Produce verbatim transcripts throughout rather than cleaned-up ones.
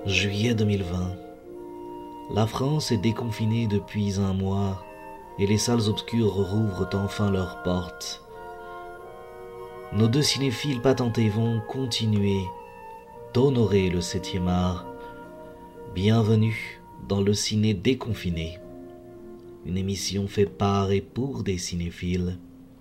Juillet deux mille vingt. La France est déconfinée depuis un mois et les salles obscures rouvrent enfin leurs portes. Nos deux cinéphiles patentés vont continuer d'honorer le septième art. Bienvenue dans le ciné déconfiné, une émission faite par et pour des cinéphiles.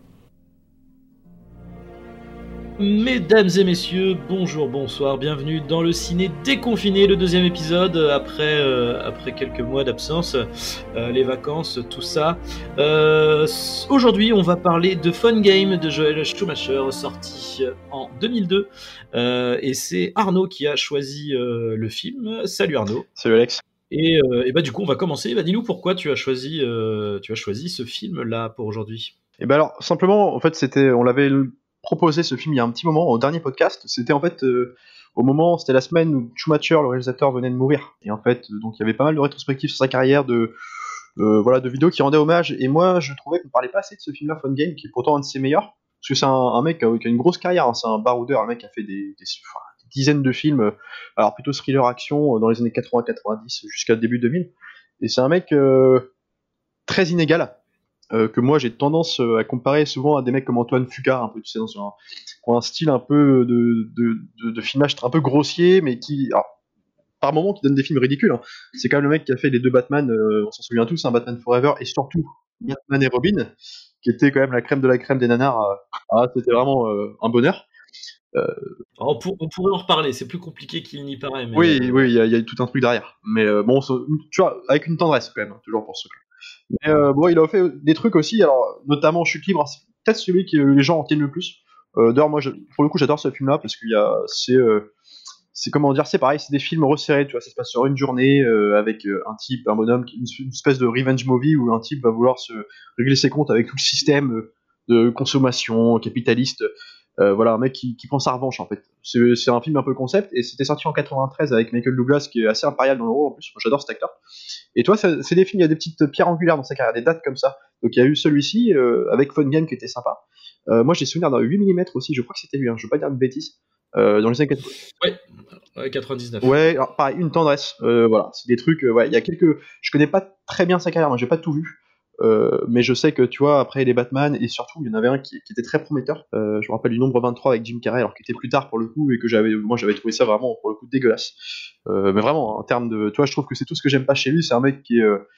Mesdames et messieurs, bonjour, bonsoir, bienvenue dans le ciné déconfiné, le deuxième épisode après, euh, après quelques mois d'absence, euh, les vacances, tout ça. Euh, aujourd'hui, on va parler de Fun Game de Joel Schumacher, sorti en deux mille deux, euh, et c'est Arnaud qui a choisi euh, le film. Salut Arnaud. Salut Alex. Et, euh, et bah du coup, on va commencer. Bah, dis-nous pourquoi tu as choisi, euh, tu as choisi ce film-là pour aujourd'hui. Et ben alors, simplement, en fait, c'était, on l'avait proposé ce film il y a un petit moment au dernier podcast. C'était en fait euh, au moment, c'était la semaine où Schumacher, le réalisateur, venait de mourir. Et en fait, donc il y avait pas mal de rétrospectives sur sa carrière, de euh, voilà, de vidéos qui rendaient hommage. Et moi, je trouvais qu'on parlait pas assez de ce film-là, Fun Game, qui est pourtant un de ses meilleurs, parce que c'est un, un mec qui a, qui a une grosse carrière. Hein. C'est un baroudeur, un mec qui a fait des, des, enfin, des dizaines de films, alors plutôt thriller action dans les années quatre-vingts quatre-vingt-dix jusqu'à début deux mille. Et c'est un mec euh, très inégal. Euh, que moi j'ai tendance euh, à comparer souvent à des mecs comme Antoine Fuqua, un peu, tu sais, dans un, qui ont un style un peu de, de, de, de filmage un peu grossier, mais qui, alors, par moments, qui donne des films ridicules. Hein. C'est quand même le mec qui a fait les deux Batman, euh, on s'en souvient tous, hein, Batman Forever, et surtout Batman et Robin, qui était quand même la crème de la crème des nanars. Euh, ah, c'était vraiment euh, un bonheur. Euh, Alors, on, pour, on pourrait en reparler, c'est plus compliqué qu'il n'y paraît. Mais oui, euh... oui, il y, y a tout un truc derrière. Mais euh, bon, tu vois, avec une tendresse quand même, hein, toujours pour ce truc. Mais euh, bon, il a fait des trucs aussi, alors notamment Chute libre, c'est peut-être celui que les gens retiennent le plus. Euh, d'ailleurs, moi, je, pour le coup, j'adore ce film-là parce qu'il y a, c'est, euh, c'est comment dire, c'est pareil, c'est des films resserrés, tu vois, ça se passe sur une journée euh, avec euh, un type, un bonhomme, une, une espèce de revenge movie où un type va vouloir se régler ses comptes avec tout le système de consommation capitaliste. Euh, voilà, un mec qui, qui prend sa revanche en fait. C'est, c'est un film un peu concept et c'était sorti en quatre-vingt-treize avec Michael Douglas qui est assez impérial dans le rôle en plus. Moi, j'adore cet acteur. Et toi, c'est, c'est des films, il y a des petites pierres angulaires dans sa carrière, des dates comme ça. Donc il y a eu celui-ci euh, avec Fun Game qui était sympa. Euh, moi, j'ai souvenir d'un huit millimètres aussi, je crois que c'était lui, hein, je veux pas dire de bêtises. Euh, dans les années quatre-vingts. Ouais, ouais, quatre-vingt-dix-neuf. Ouais, alors pareil, une tendresse. Euh, voilà, c'est des trucs. Euh, ouais, il y a quelques. Je connais pas très bien sa carrière, moi, j'ai pas tout vu. Euh, mais je sais que tu vois, après les Batman, et surtout, il y en avait un qui, qui était très prometteur. Euh, je me rappelle du nombre vingt-trois avec Jim Carrey, alors qu'il était plus tard pour le coup, et que j'avais, moi, j'avais trouvé ça vraiment pour le coup dégueulasse. Euh, mais vraiment, en termes de, tu vois, je trouve que c'est tout ce que j'aime pas chez lui. C'est un mec qui est, euh,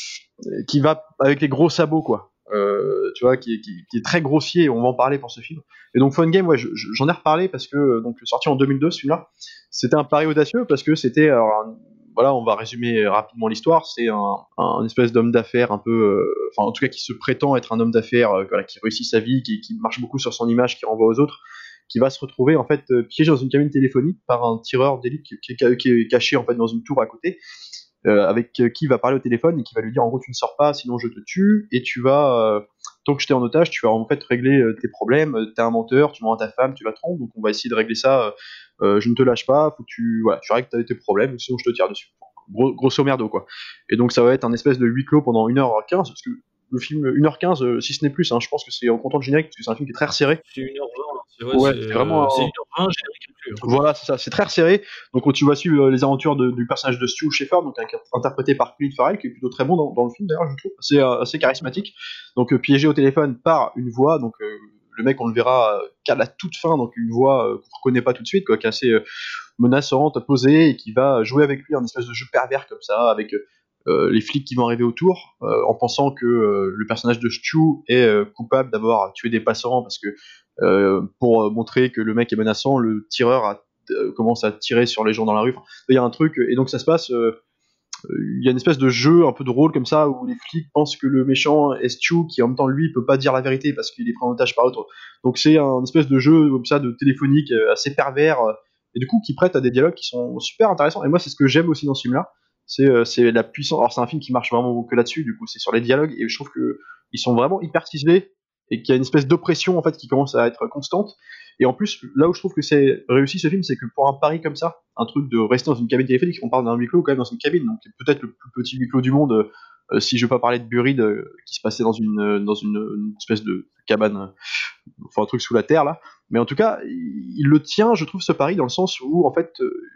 qui va avec les gros sabots, quoi. Euh, tu vois, qui, qui, qui est très grossier. On va en parler pour ce film. Et donc Fun Game, ouais, je, je, j'en ai reparlé parce que donc sorti en deux mille deux, ce film-là, c'était un pari audacieux parce que c'était, alors, un, voilà, on va résumer rapidement l'histoire. C'est un, un espèce d'homme d'affaires un peu, euh, enfin en tout cas qui se prétend être un homme d'affaires, euh, voilà, qui réussit sa vie, qui, qui marche beaucoup sur son image, qui renvoie aux autres, qui va se retrouver en fait euh, piégé dans une cabine téléphonique par un tireur d'élite qui, qui, qui est caché en fait dans une tour à côté. Euh, avec qui il va parler au téléphone et qui va lui dire en gros tu ne sors pas sinon je te tue et tu vas euh, tant que je t'ai en otage tu vas en fait régler euh, tes problèmes, t'es un menteur, tu mens à ta femme, tu la trompes, donc on va essayer de régler ça, euh, je ne te lâche pas, faut que tu, voilà, tu règles tes problèmes sinon je te tire dessus, Gros, grosso merdo quoi. Et donc ça va être un espèce de huis clos pendant une heure quinze parce que le film une heure quinze, euh, si ce n'est plus, hein, je pense que c'est en comptant le générique parce que c'est un film qui est très resserré. C'est une heure vingt, c'est, ouais, ouais, c'est, c'est vraiment euh, c'est un... une heure vingt, générique inclus. Hein. Voilà, c'est ça, c'est très resserré. Donc tu vas suivre les aventures de, du personnage de Stu Shepard, donc interprété par Colin Farrell, qui est plutôt très bon dans, dans le film d'ailleurs, je trouve, assez, euh, assez charismatique. Donc euh, piégé au téléphone par une voix, donc euh, le mec on le verra euh, qu'à la toute fin, donc une voix euh, qu'on reconnaît pas tout de suite, quoi, qui est assez euh, menaçante, posée, et qui va jouer avec lui un espèce de jeu pervers comme ça, avec euh, les flics qui vont arriver autour, euh, en pensant que euh, le personnage de Stu est euh, coupable d'avoir tué des passants, parce que euh, pour montrer que le mec est menaçant, le tireur a, euh, commence à tirer sur les gens dans la rue. Enfin, il y a un truc, et donc ça se passe. Euh, il y a une espèce de jeu, un peu de rôle comme ça, où les flics pensent que le méchant est Stu, qui en même temps lui peut pas dire la vérité parce qu'il est pris en otage par l'autre. Donc c'est un espèce de jeu comme ça, de téléphonique assez pervers, et du coup qui prête à des dialogues qui sont super intéressants. Et moi c'est ce que j'aime aussi dans ce film-là, c'est, c'est la puissance. Alors c'est un film qui marche vraiment que là-dessus, du coup c'est sur les dialogues, et je trouve que ils sont vraiment hyper ciselés, et qu'il y a une espèce d'oppression en fait qui commence à être constante. Et en plus, là où je trouve que c'est réussi ce film, c'est que pour un pari comme ça, un truc de rester dans une cabine téléphonique, on parle d'un huis clos quand même dans une cabine, donc peut-être le plus petit huis clos du monde, euh, si je veux pas parler de Buried, euh, qui se passait dans une euh, dans une, une espèce de cabane, euh, enfin un truc sous la terre là. Mais en tout cas, il, il le tient, je trouve, ce pari, dans le sens où en fait, euh,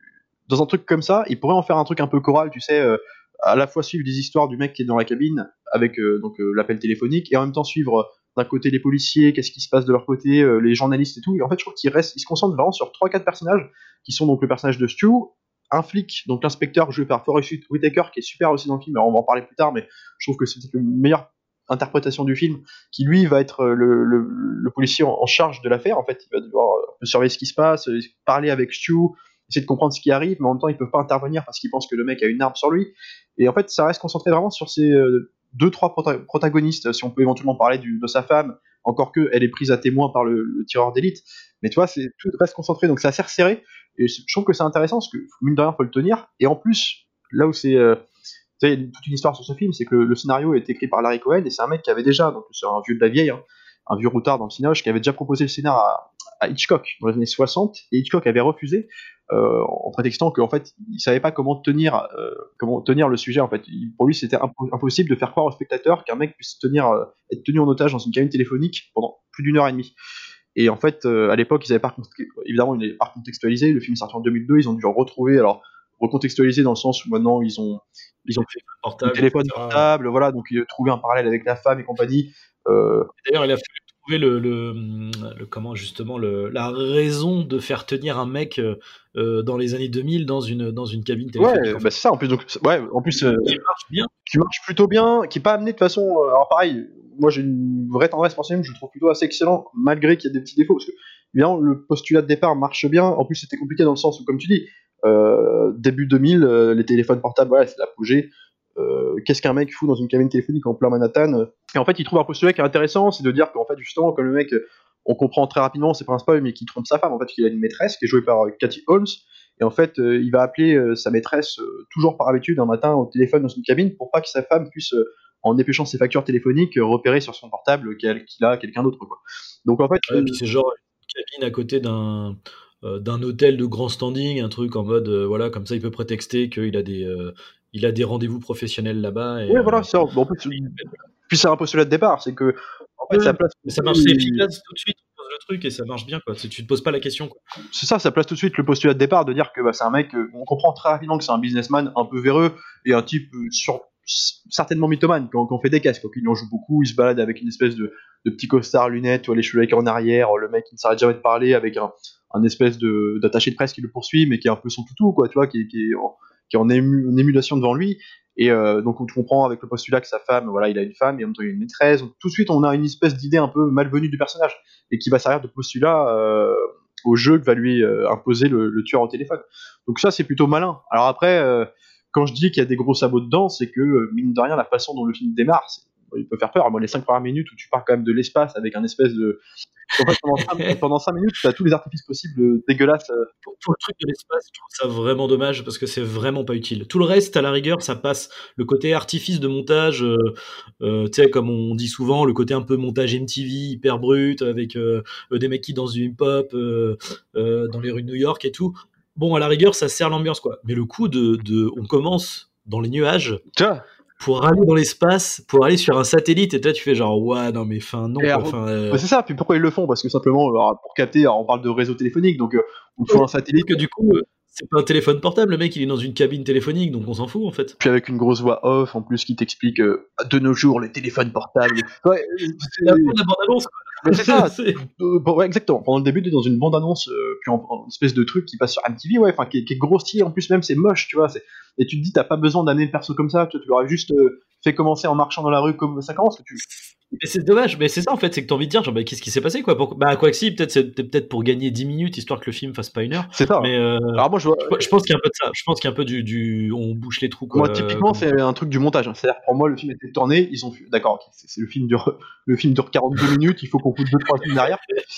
dans un truc comme ça, ils pourraient en faire un truc un peu choral, tu sais, euh, à la fois suivre des histoires du mec qui est dans la cabine avec euh, donc euh, l'appel téléphonique et en même temps suivre euh, d'un côté les policiers, qu'est-ce qui se passe de leur côté, euh, les journalistes et tout. Et en fait, je trouve qu'ils restent, ils se concentrent vraiment sur trois quatre personnages qui sont donc le personnage de Stu, un flic, donc l'inspecteur joué par Forest Whitaker qui est super aussi dans le film. Alors on va en parler plus tard, mais je trouve que c'est peut-être la meilleure interprétation du film, qui lui va être le, le, le policier en, en charge de l'affaire. En fait, il va devoir euh, surveiller ce qui se passe, euh, parler avec Stu, essayer de comprendre ce qui arrive, mais en même temps, ils peuvent pas intervenir parce qu'ils pensent que le mec a une arme sur lui. Et en fait, ça reste concentré vraiment sur ces euh, deux, trois prota- protagonistes, si on peut éventuellement parler du, de sa femme, encore que elle est prise à témoin par le, le tireur d'élite. Mais tu vois, c'est, tout reste concentré, donc c'est assez resserré. Et je trouve que c'est intéressant parce que, mine de rien, faut le tenir. Et en plus, là où c'est. Euh, tu sais, il y a toute une histoire sur ce film, c'est que le, le scénario est écrit par Larry Cohen et c'est un mec qui avait déjà, donc c'est un vieux de la vieille, hein, un vieux routard dans le cinoche, qui avait déjà proposé le scénar à, à Hitchcock dans les années soixante, et Hitchcock avait refusé euh, en prétextant qu'en fait il savait pas comment tenir euh, comment tenir le sujet. En fait, il, pour lui c'était impo- impossible de faire croire au spectateur qu'un mec puisse tenir euh, être tenu en otage dans une cabine téléphonique pendant plus d'une heure et demie. Et en fait, euh, à l'époque, ils avaient pas évidemment, ils n'avaient pas recontextualisé. Le film est sorti en deux mille deux, ils ont dû le retrouver. Alors recontextualiser dans le sens où maintenant ils ont ils ont fait Portable, le téléphone et cetera. portable, voilà, donc il a trouvé un parallèle avec la femme et compagnie. Euh, D'ailleurs, il a fallu trouver le, le, le comment justement le, la raison de faire tenir un mec euh, dans les années deux mille dans une dans une cabine téléphonique. ouais, En fait. bah c'est ça en plus. Donc ouais, en plus euh, Qui marche bien. qui marche plutôt bien, qui est pas amené de façon. euh, Alors pareil, moi j'ai une vraie tendresse pour ce film, je le trouve plutôt assez excellent, malgré qu'il y ait des petits défauts, parce que évidemment le postulat de départ marche bien. En plus c'était compliqué dans le sens où, comme tu dis, euh, début deux mille, euh, les téléphones portables, voilà, c'est l'apogée. Euh, qu'est-ce qu'un mec fout dans une cabine téléphonique en plein Manhattan? Et en fait, il trouve un postulat qui est intéressant, c'est de dire qu'en fait, justement, comme le mec, on comprend très rapidement, c'est pas un spoil, mais qu'il trompe sa femme, en fait, qu'il a une maîtresse qui est jouée par euh, Cathy Holmes, et en fait, euh, il va appeler euh, sa maîtresse, euh, toujours par habitude, un matin au téléphone dans une cabine, pour pas que sa femme puisse, euh, en épluchant ses factures téléphoniques, euh, repérer sur son portable qu'il, qu'il a quelqu'un d'autre, quoi. Donc en fait, Ouais, euh, puis c'est genre une cabine à côté d'un euh, d'un hôtel de grand standing, un truc en mode euh, voilà, comme ça il peut prétexter qu'il a des euh, il a des rendez-vous professionnels là-bas. Et, ouais, euh, voilà, ça. Bon, en plus, puis c'est un postulat de départ, c'est que en fait, ouais, ça place. mais ça marche, c'est efficace tout de suite. On pose le truc et ça marche bien quoi. Tu tu te poses pas la question quoi. C'est ça, ça place tout de suite le postulat de départ de dire que bah, c'est un mec, euh, on comprend très rapidement que c'est un businessman un peu véreux et un type euh, sur, certainement mythomane, quand on fait des casques, qu'il en joue beaucoup, il se balade avec une espèce de, de petit costard, lunettes, tu vois, les cheveux avec en arrière, le mec qui ne s'arrête jamais de parler avec un, un espèce de, d'attaché de presse qui le poursuit, mais qui est un peu son toutou, quoi, tu vois, qui, qui est en, qui est en, ému, en émulation devant lui. Et euh, donc on comprend avec le postulat que sa femme, voilà, il a une femme et en même temps il a une maîtresse. Donc tout de suite on a une espèce d'idée un peu malvenue du personnage et qui va servir de postulat euh, au jeu que va lui euh, imposer le, le tueur au téléphone. Donc ça c'est plutôt malin. Alors après, euh, quand je dis qu'il y a des gros sabots dedans, c'est que euh, mine de rien la façon dont le film démarre, c'est, il peut faire peur. Moi les cinq premières minutes où tu pars quand même de l'espace avec un espèce de en fait, pendant, cinq, pendant cinq minutes, tu as tous les artifices possibles euh, dégueulasses. Euh. Pour, pour le truc de l'espace, je trouve ça vraiment dommage parce que c'est vraiment pas utile. Tout le reste, à la rigueur, ça passe. Le côté artifice de montage, euh, euh, tu sais, comme on dit souvent, le côté un peu montage M T V hyper brut avec euh, des mecs qui dansent du hip-hop euh, euh, dans les rues de New York et tout. Bon, à la rigueur, ça sert l'ambiance quoi. Mais le coup de, de on commence dans les nuages. Tu vois pour aller dans l'espace, pour aller sur un satellite, et là tu fais genre ouais non mais fin non. Alors, fin, euh... bah c'est ça. Puis pourquoi ils le font? Parce que simplement alors, pour capter, alors, on parle de réseau téléphonique, donc euh, on fait ouais, un satellite. Que du coup, euh, c'est pas un téléphone portable, le mec il est dans une cabine téléphonique, donc on s'en fout en fait. Puis avec une grosse voix off en plus qui t'explique euh, de nos jours les téléphones portables. Ouais, c'est la bande-annonce quoi. Mais c'est ça, c'est... Euh, bon, ouais, exactement. Pendant le début, t'es dans une bande-annonce, euh, puis en, en espèce de truc qui passe sur M T V, ouais, enfin, qui, est, qui est grossier, en plus même, c'est moche, tu vois. C'est... Et tu te dis, t'as pas besoin d'amener le perso comme ça, tu, tu l'aurais juste euh, fait commencer en marchant dans la rue comme ça commence. Que tu... Mais c'est dommage, mais c'est ça en fait, c'est que t'as envie de dire, genre, bah, qu'est-ce qui s'est passé quoi pour... Bah, quoi que si, peut-être c'est peut-être pour gagner dix minutes, histoire que le film fasse pas une heure. C'est ça. Mais euh, alors moi, je, vois... je, je pense qu'il y a un peu de ça, je pense qu'il y a un peu du. du... On bouche les trous quoi. Moi, typiquement, euh, c'est un truc du montage. Hein. C'est-à-dire, pour moi, le film était tourné, ils ont fait, d'accord, okay, c'est, c'est le film dure, le film dure quarante-deux minutes, il faut qu'on coûte deux trois films derrière.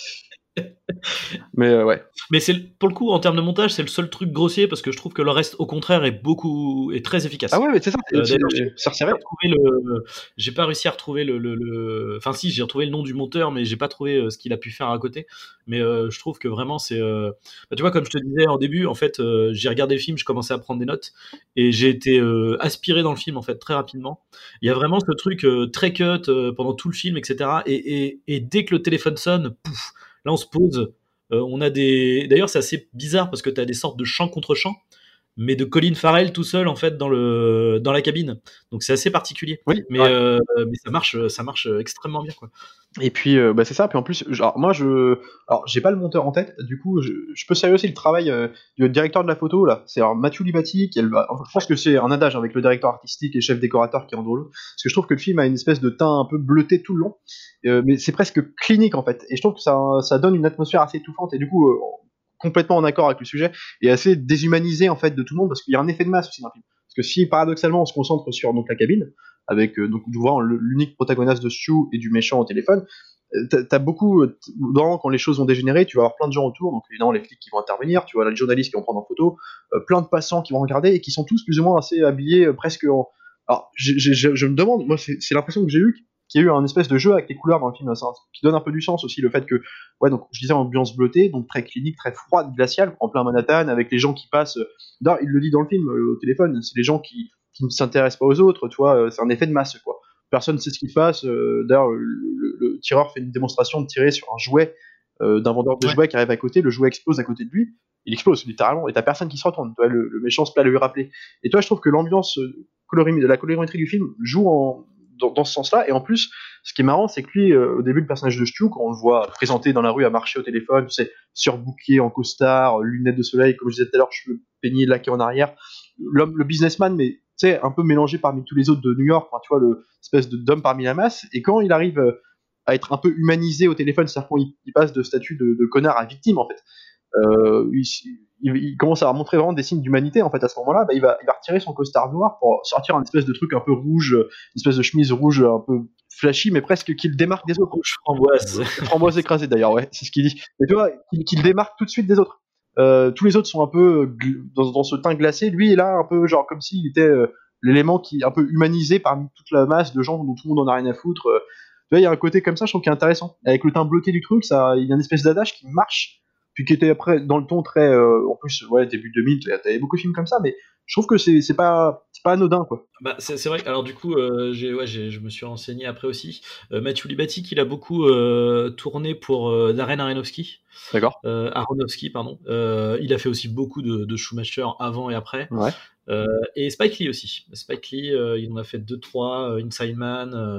Mais euh, ouais. Mais c'est pour le coup en termes de montage, c'est le seul truc grossier parce que je trouve que le reste, au contraire, est beaucoup est très efficace. Ah ouais, mais c'est ça. Euh, c'est, j'ai, c'est resserré. Pas retrouvé le, j'ai pas réussi à retrouver le, le, le, enfin si, j'ai retrouvé le nom du monteur, mais j'ai pas trouvé euh, ce qu'il a pu faire à côté. Mais euh, je trouve que vraiment c'est, euh... bah, tu vois, comme je te disais en début, en fait, euh, j'ai regardé le film, je commençais à prendre des notes et j'ai été euh, aspiré dans le film en fait très rapidement. Il y a vraiment ce truc euh, très cut euh, pendant tout le film, et cetera. Et, et, et dès que le téléphone sonne, pouf, là on se pose. Euh, on a des. D'ailleurs, c'est assez bizarre parce que tu as des sortes de chants contre chants. mais de Colin Farrell tout seul en fait dans le dans la cabine. Donc c'est assez particulier. Oui, mais ouais. euh, mais ça marche ça marche extrêmement bien quoi. Et puis euh, bah c'est ça. Puis en plus, genre moi je, alors j'ai pas le monteur en tête. Du coup, je, je peux saluer aussi le travail euh, du directeur de la photo là. C'est alors Mathieu Libati qui est le- enfin, je pense que c'est un adage avec le directeur artistique et chef décorateur qui est Andrew Lowe. Parce que je trouve que le film a une espèce de teint un peu bleuté tout le long, euh, mais c'est presque clinique en fait. Et je trouve que ça ça donne une atmosphère assez étouffante et du coup euh, complètement en accord avec le sujet et assez déshumanisé en fait de tout le monde parce qu'il y a un effet de masse aussi dans le film. Parce que si paradoxalement on se concentre sur donc la cabine avec euh, donc tu vois le- l'unique protagoniste de Stu et du méchant au téléphone, euh, t'as, t'as beaucoup euh, t- dans quand les choses vont dégénérer, tu vas avoir plein de gens autour, donc évidemment les flics qui vont intervenir, tu vois les journalistes qui vont prendre en photo, euh, plein de passants qui vont regarder et qui sont tous plus ou moins assez habillés euh, presque en. Alors j'ai- j'ai- j'ai- je me demande, moi c'est, c'est l'impression que j'ai eu qu'il y a eu un espèce de jeu avec les couleurs dans le film, ça, qui donne un peu du sens aussi, le fait que ouais donc je disais ambiance bleutée, donc très clinique, très froide, glaciale, en plein Manhattan, avec les gens qui passent. euh, D'ailleurs, il le dit dans le film euh, au téléphone, c'est les gens qui qui ne s'intéressent pas aux autres, tu vois, euh, c'est un effet de masse quoi. Personne ne sait ce qu'il fasse. Euh, d'ailleurs, le, le- le tireur fait une démonstration de tirer sur un jouet euh, d'un vendeur de Ouais. jouets qui arrive à côté. Le jouet explose à côté de lui. Il explose littéralement, et t'as personne qui se retourne. Tu vois, le, le méchant se plaît à lui rappeler. Et toi, je trouve que l'ambiance euh, colori- de la colorimétrie du film joue en, dans, dans ce sens-là. Et en plus, ce qui est marrant, c'est que lui, euh, au début, le personnage de Stu, quand on le voit présenté dans la rue à marcher au téléphone, tu sais, surbooké en costard, lunettes de soleil, comme je disais tout à l'heure, cheveux peignés, laqués en arrière, l'homme, le businessman, mais tu sais, un peu mélangé parmi tous les autres de New York, enfin, tu vois, le espèce de, d'homme parmi la masse, et quand il arrive euh, à être un peu humanisé au téléphone, c'est-à-dire qu'il il passe de statut de, de connard à victime, en fait, euh, il, il, il commence à montrer vraiment des signes d'humanité, en fait, à ce moment-là, bah, il, va, il va retirer son costard noir pour sortir un espèce de truc un peu rouge, une espèce de chemise rouge un peu flashy, mais presque qui le démarque des autres. Rouge framboise. Framboise écrasée, d'ailleurs, ouais, c'est ce qu'il dit. Mais tu vois, qu'il, qu'il démarque tout de suite des autres. Euh, tous les autres sont un peu gl- dans, dans ce teint glacé. Lui est là un peu genre comme s'il était euh, l'élément qui est un peu humanisé parmi toute la masse de gens dont tout le monde en a rien à foutre. Euh, tu vois, il y a un côté comme ça, je trouve qui est intéressant. Avec le teint bleuté du truc, ça, il y a une espèce d'adage qui marche, puis qui était après dans le ton très, euh, en plus, ouais, début deux mille, t'avais beaucoup de films comme ça, mais je trouve que c'est, c'est pas, c'est pas anodin, quoi. Bah, c'est, c'est vrai. Alors du coup, euh, j'ai, ouais, j'ai, je me suis renseigné après aussi. Euh, Matthew Libatic, il a beaucoup euh, tourné pour euh, Darren Aronofsky. D'accord. Euh, Aronofsky, pardon. Euh, il a fait aussi beaucoup de, de Schumacher avant et après. Ouais. Euh, et Spike Lee aussi. Spike Lee, euh, il en a fait deux, trois. Euh, Inside Man. Euh,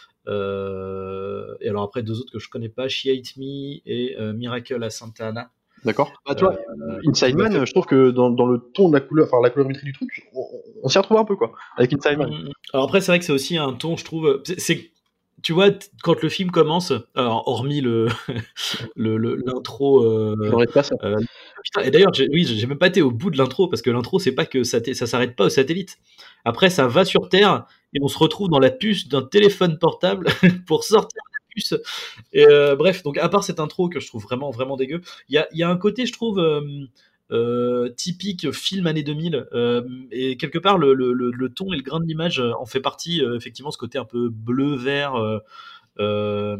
euh, et alors après deux autres que je connais pas, She Hate Me et euh, Miracle à Santa Ana. D'accord. Bah, tu vois, Euh, Inside il a Man, fait- je trouve que dans, dans le ton de la couleur, enfin la colorimétrie du truc, on, on s'y retrouve un peu quoi, avec Inside Man. Mm. Alors après, c'est vrai que c'est aussi un ton, je trouve. C'est, c'est- tu vois, t- quand le film commence, alors, hormis le, le, le- l'intro. euh, Je n'aurais pas ça. euh, putain, et d'ailleurs, j'ai, oui, j'ai même pas été au bout de l'intro parce que l'intro, c'est pas que ça, t- ça s'arrête pas au satellite. Après, ça va sur Terre et on se retrouve dans la puce d'un téléphone portable pour sortir la puce. Et euh, bref, donc à part cette intro que je trouve vraiment vraiment dégueu, il y a, il y a un côté, je trouve, euh, euh, typique film année deux mille, euh, et quelque part le, le, le, le ton et le grain de l'image euh, en fait partie, euh, effectivement, ce côté un peu bleu vert. Euh, euh,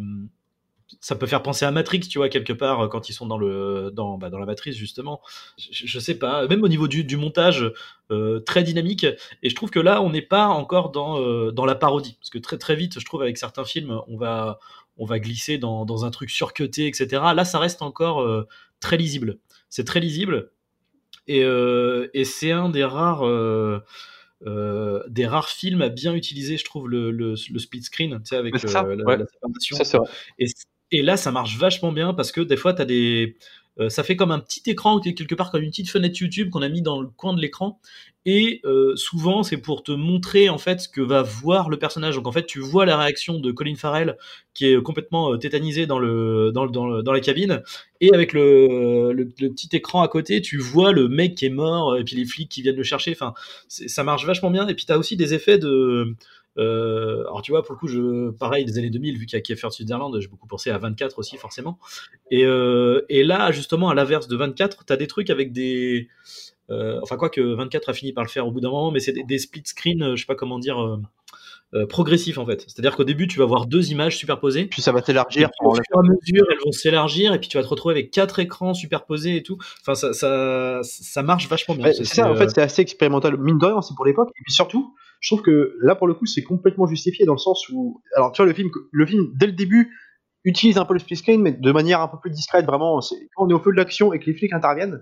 ça peut faire penser à Matrix, tu vois, quelque part, euh, quand ils sont dans le dans, bah, dans la matrice, justement. Je, je sais pas, même au niveau du, du montage, euh, très dynamique. Et je trouve que là, on n'est pas encore dans euh, dans la parodie, parce que très très vite, je trouve, avec certains films, on va on va glisser dans dans un truc surcuté, et cetera. Là, ça reste encore euh, très lisible. C'est très lisible, et euh, et c'est un des rares euh, euh, des rares films à bien utiliser, je trouve, le, le, le split screen, tu sais, avec Mais c'est ça, euh, la, ouais. la séparation. Ça c'est vrai. Et, et là, ça marche vachement bien parce que des fois, t'as des, euh, ça fait comme un petit écran, quelque part comme une petite fenêtre YouTube qu'on a mis dans le coin de l'écran. Et euh, souvent, c'est pour te montrer en fait ce que va voir le personnage. Donc en fait, tu vois la réaction de Colin Farrell qui est complètement euh, tétanisé dans le dans le, dans, le, dans la cabine, et avec le, le, le petit écran à côté, tu vois le mec qui est mort et puis les flics qui viennent le chercher. Enfin, c'est, ça marche vachement bien. Et puis t'as aussi des effets de euh, alors tu vois, pour le coup, je, pareil, des années deux mille, vu qu'il y a Kiefer Sutherland, j'ai beaucoup pensé à vingt-quatre aussi, forcément. Et, euh, et là, justement, à l'inverse de vingt-quatre, t'as des trucs avec des... Euh, enfin, quoi que vingt-quatre a fini par le faire au bout d'un moment, mais c'est des, des split screen, euh, je sais pas comment dire, euh, euh, progressifs, en fait. C'est-à-dire qu'au début, tu vas voir deux images superposées. Puis ça va t'élargir. Et puis, au fur et à mesure, elles vont s'élargir, et puis tu vas te retrouver avec quatre écrans superposés et tout. Enfin, ça, ça, ça marche vachement bien. Ouais, c'est, c'est ça, euh... en fait, c'est assez expérimental, mine de rien, c'est pour l'époque. Et puis surtout, je trouve que là, pour le coup, c'est complètement justifié dans le sens où, alors, tu vois, le film, le film dès le début, utilise un peu le split screen, mais de manière un peu plus discrète, vraiment. C'est, quand on est au feu de l'action et que les flics interviennent,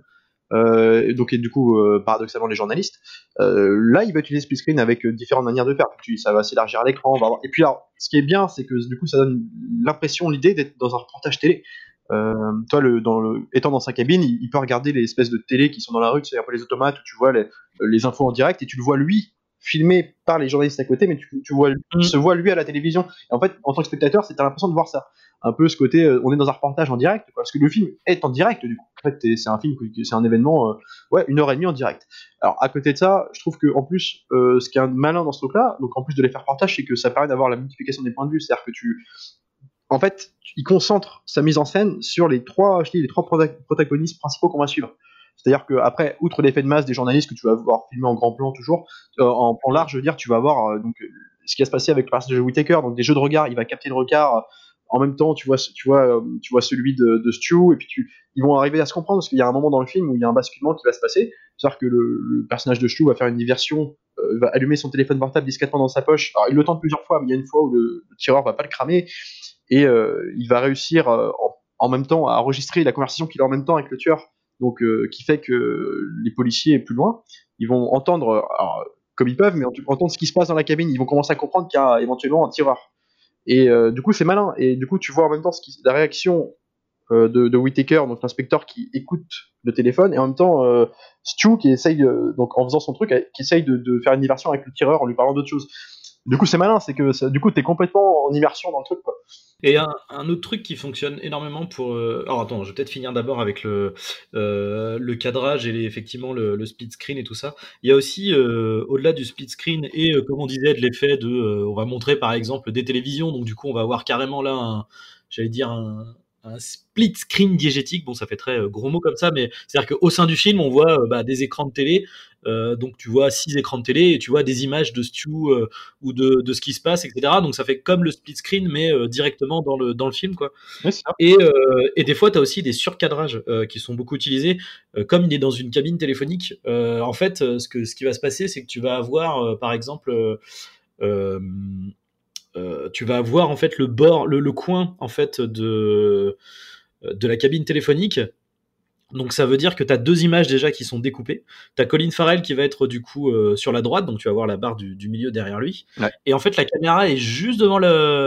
euh, donc et du coup euh, paradoxalement les journalistes. Euh, là, il va utiliser split screen avec euh, différentes manières de faire. Tu, ça va s'élargir à l'écran. On va avoir... Et puis alors, ce qui est bien, c'est que du coup, ça donne l'impression, l'idée d'être dans un reportage télé. Euh, toi, le, dans le, étant dans sa cabine, il, il peut regarder les espèces de télé qui sont dans la rue, tu sais, un peu les automates où tu vois les, les infos en direct et tu le vois lui filmé par les journalistes à côté, mais tu, tu vois, tu se vois lui à la télévision. Et en fait, en tant que spectateur, c'est t'as l'impression de voir ça. Un peu ce côté, euh, on est dans un reportage en direct, quoi, parce que le film est en direct du coup. En fait, c'est un film, c'est un événement, euh, ouais, une heure et demie en direct. Alors à côté de ça, je trouve que en plus, euh, ce qui est malin dans ce truc-là, donc en plus de l'effet reportage, c'est que ça permet d'avoir la multiplication des points de vue, c'est-à-dire que tu en fait, il concentre sa mise en scène sur les trois, je dis, les trois protagonistes principaux qu'on va suivre. C'est-à-dire que après, outre l'effet de masse des journalistes que tu vas voir filmer en grand plan toujours, euh, en plan large, je veux dire, tu vas voir euh, donc ce qui va se passer avec le personnage de Whittaker, donc des jeux de regard, il va capter le regard. Euh, en même temps, tu vois, tu vois, euh, tu vois celui de, de Stu, et puis tu, ils vont arriver à se comprendre parce qu'il y a un moment dans le film où il y a un basculement qui va se passer. C'est-à-dire que le, le personnage de Stu va faire une diversion, euh, va allumer son téléphone portable discrètement dans sa poche. Alors il le tente plusieurs fois, mais il y a une fois où le, le tireur va pas le cramer. Et euh, il va réussir euh, en, en même temps à enregistrer la conversation qu'il a en même temps avec le tueur, donc euh, qui fait que les policiers plus loin, ils vont entendre, alors, comme ils peuvent, mais entendre ce qui se passe dans la cabine, ils vont commencer à comprendre qu'il y a éventuellement un tireur. Et euh, du coup c'est malin, et du coup tu vois en même temps ce qui, la réaction euh, de, de Whittaker, donc l'inspecteur qui écoute le téléphone, et en même temps euh, Stu qui essaye, euh, donc en faisant son truc, qui essaye de, de faire une diversion avec le tireur en lui parlant d'autre chose. Du coup, c'est malin, c'est que ça, du coup, t'es complètement en immersion dans le truc, quoi. Et un, un autre truc qui fonctionne énormément pour. Euh... Alors attends, je vais peut-être finir d'abord avec le euh, le cadrage et les, effectivement le, le split screen et tout ça. Il y a aussi euh, au-delà du split screen et euh, comme on disait de l'effet de, euh, on va montrer par exemple des télévisions, donc du coup on va voir carrément là, un, j'allais dire un. un split screen diégétique, bon ça fait très euh, gros mot comme ça, mais c'est-à-dire qu'au sein du film on voit euh, bah, des écrans de télé, euh, donc tu vois six écrans de télé et tu vois des images de Stu euh, ou de, de ce qui se passe, et cetera. Donc ça fait comme le split screen mais euh, directement dans le, dans le film, quoi. Oui, c'est ça. Et, euh, et des fois tu as aussi des surcadrages euh, qui sont beaucoup utilisés, euh, comme il est dans une cabine téléphonique. Euh, en fait euh, ce, que, ce qui va se passer c'est que tu vas avoir euh, par exemple euh, euh, euh, tu vas avoir en fait le bord, le, le coin en fait de de la cabine téléphonique. Donc ça veut dire que tu as deux images déjà qui sont découpées. Tu as Colin Farrell qui va être du coup euh, sur la droite, donc tu vas voir la barre du, du milieu derrière lui. Ouais. Et en fait la caméra est juste devant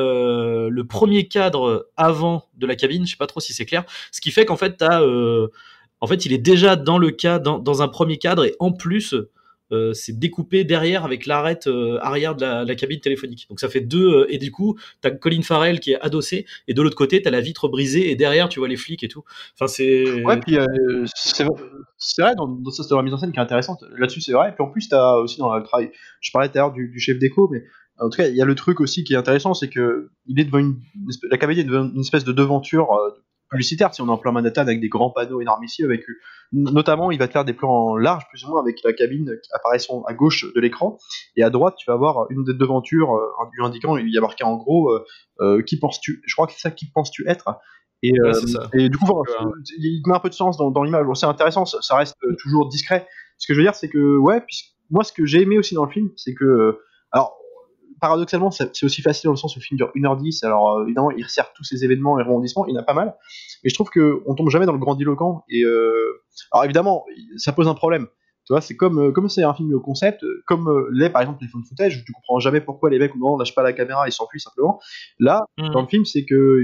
le, le premier cadre avant de la cabine, je sais pas trop si c'est clair. Ce qui fait qu'en fait t'as, euh, en fait il est déjà dans le cas, dans, dans un premier cadre, et en plus euh, c'est découpé derrière avec l'arête euh, arrière de la, la cabine téléphonique. Donc ça fait deux, euh, et du coup t'as Colin Farrell qui est adossé, et de l'autre côté t'as la vitre brisée, et derrière tu vois les flics et tout. Enfin c'est. Ouais, puis euh, c'est c'est vrai, dans, dans ça, c'est la mise en scène qui est intéressante. Là-dessus, c'est vrai. Et puis en plus, t'as aussi dans le travail. Je parlais tout à l'heure du, du chef d'écho, mais en tout cas, il y a le truc aussi qui est intéressant, c'est que il est devant une, une espèce, la cabine est devant une espèce de devanture euh, publicitaire. Si on est en plein Manhattan avec des grands panneaux énormes ici, avec notamment, il va te faire des plans larges plus ou moins avec la cabine qui apparaît son, à gauche de l'écran, et à droite, tu vas avoir une des devantures euh, lui indiquant, il y a marqué en gros, euh, euh, qui penses-tu. Je crois que c'est ça, qui penses-tu être. Et, Ouais, euh, c'est ça. et du coup, voilà, il met un peu de sens dans, dans l'image. Bon, c'est intéressant, ça, ça reste euh, toujours discret. Ce que je veux dire, c'est que, ouais, puis, moi, ce que j'ai aimé aussi dans le film, c'est que, euh, alors, paradoxalement, c'est, c'est aussi facile dans le sens où le film dure une heure dix, alors euh, évidemment, il resserre tous ces événements et rebondissements, il y en a pas mal, mais je trouve qu'on tombe jamais dans le grandiloquent, et, euh, alors évidemment, ça pose un problème. Tu vois, c'est comme, euh, comme c'est un film concept, comme euh, l'est par exemple les phone footage, tu comprends jamais pourquoi les mecs, non, lâchent pas la caméra, ils s'enfuient simplement. Là, mmh. dans le film, c'est que,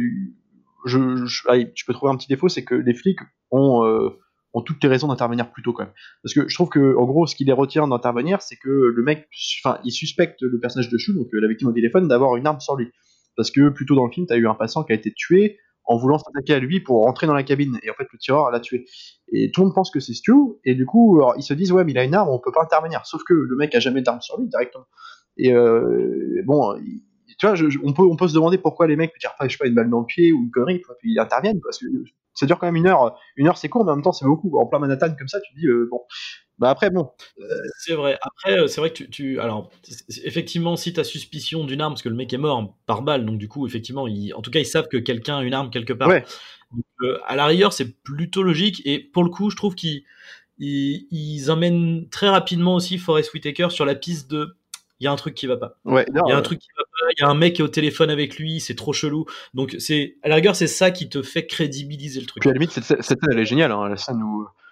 Je, je, allez, je peux trouver un petit défaut, c'est que les flics ont, euh, ont toutes les raisons d'intervenir plus tôt quand même. Parce que je trouve que, en gros, ce qui les retient d'intervenir, c'est que le mec, enfin, il suspecte le personnage de Stu, donc euh, la victime au téléphone, d'avoir une arme sur lui. Parce que plus tôt dans le film, t'as eu un passant qui a été tué en voulant s'attaquer à lui pour rentrer dans la cabine, et en fait le tireur l'a tué. Et tout le monde pense que c'est Stu, et du coup, alors, ils se disent ouais, mais il a une arme, on peut pas intervenir. Sauf que le mec a jamais d'arme sur lui directement. Et euh, bon. Il, tu vois, je, je, on, peut, on peut se demander pourquoi les mecs ne tirent pas, je sais pas, une balle dans le pied ou une connerie, puis ils interviennent, parce que ça dure quand même une heure. Une heure, c'est court, mais en même temps, c'est beaucoup. En plein Manhattan, comme ça, tu te dis, euh, bon. Bah après, bon. Euh... C'est vrai. Après, c'est vrai que tu. tu... Alors, effectivement, si tu as suspicion d'une arme, parce que le mec est mort par balle, donc du coup, effectivement, ils... en tout cas, ils savent que quelqu'un a une arme quelque part. Ouais. Donc, euh, à la rigueur, c'est plutôt logique, et pour le coup, je trouve qu'ils ils, ils emmènent très rapidement aussi Forest Whitaker sur la piste de. Il y a un truc qui va pas. Ouais, il y a un truc qui va pas. Il y a un mec qui est au téléphone avec lui, c'est trop chelou. Donc c'est à la rigueur, c'est ça qui te fait crédibiliser le truc. Puis à la limite, cette, cette scène elle est géniale, hein, la scène où,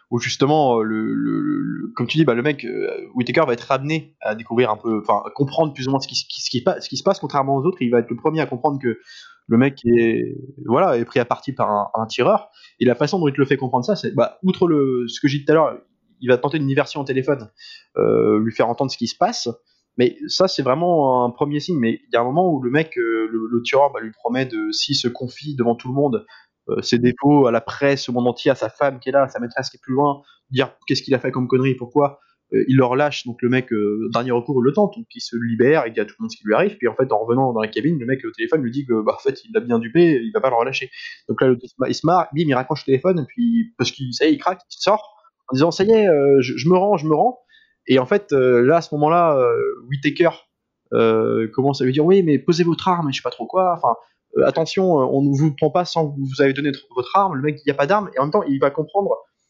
où justement, le, le, le- comme tu dis, bah, le mec, euh, Whittaker va être ramené à découvrir un peu, enfin, à comprendre plus ou moins ce qui, ce qui, ce qui, pa- ce qui se passe, contrairement aux autres, il va être le premier à comprendre que le mec est, voilà, est pris à partie par un, un tireur, et la façon dont il te le fait comprendre ça, c'est, bah, outre le, ce que j'ai dit tout à l'heure, il va tenter une diversion au téléphone, euh, lui faire entendre ce qui se passe, mais ça, c'est vraiment un premier signe, mais il y a un moment où le mec, euh, le, le tueur, bah, lui promet de, s'il se confie devant tout le monde, euh, ses défauts à la presse, au monde entier, à sa femme qui est là, à sa maîtresse qui est plus loin, dire qu'est-ce qu'il a fait comme connerie, pourquoi, euh, il le relâche, donc le mec, euh, dernier recours, il le tente, donc il se libère, il dit à tout le monde ce qui lui arrive, puis en fait, en revenant dans la cabine, le mec au téléphone lui dit que, bah, en fait, il l'a bien dupé, il va pas le relâcher. Donc là, le, il se marre, bim, il raccroche le téléphone, et puis, parce qu'il, ça y est, il craque, il sort, en disant, ça y est, euh, je, je me rends, je me rends, et en fait, euh, là, à ce moment-là, euh, Whittaker euh, commence à lui dire, oui, mais posez votre arme, et je sais pas trop quoi, enfin, euh, attention, euh, on ne vous prend pas sans que vous avez donné votre arme, le mec, il n'y a pas d'arme, et en même temps, il va comprendre,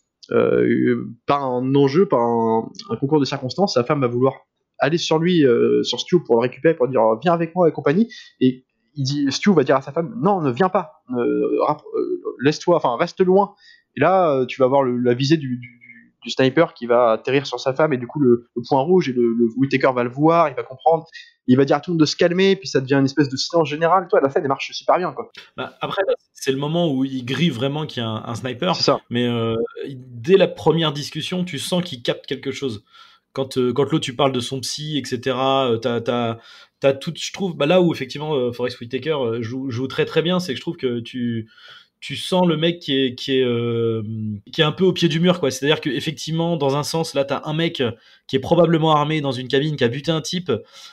euh, par un enjeu, par un, un concours de circonstances, sa femme va vouloir aller sur lui, euh, sur Stu pour le récupérer, pour dire viens avec moi et compagnie, et il dit, Stu va dire à sa femme non, ne viens pas, ne, euh, laisse-toi, enfin reste loin, et là euh, tu vas voir le, la visée du, du, du sniper qui va atterrir sur sa femme, et du coup le, le point rouge, et le, le Whittaker va le voir, il va comprendre, il va dire à tout le monde de se calmer, puis ça devient une espèce de silence général. Toi, la scène elle marche super bien, quoi. Bah, après, c'est le moment où il grille vraiment qu'il y a un, un sniper. C'est ça. Mais euh, dès la première discussion, tu sens qu'il capte quelque chose. Quand, euh, quand l'autre, tu parles de son psy, et cetera, euh, t'as, t'as, t'as tout, je trouve, bah là où effectivement euh, Forest Whitaker euh, joue, joue très très bien, c'est que je trouve que tu, tu sens le mec qui est, qui est, euh, qui est un peu au pied du mur, quoi. C'est-à-dire qu'effectivement, dans un sens, là, t'as un mec qui est probablement armé dans une cabine, qui a buté un type.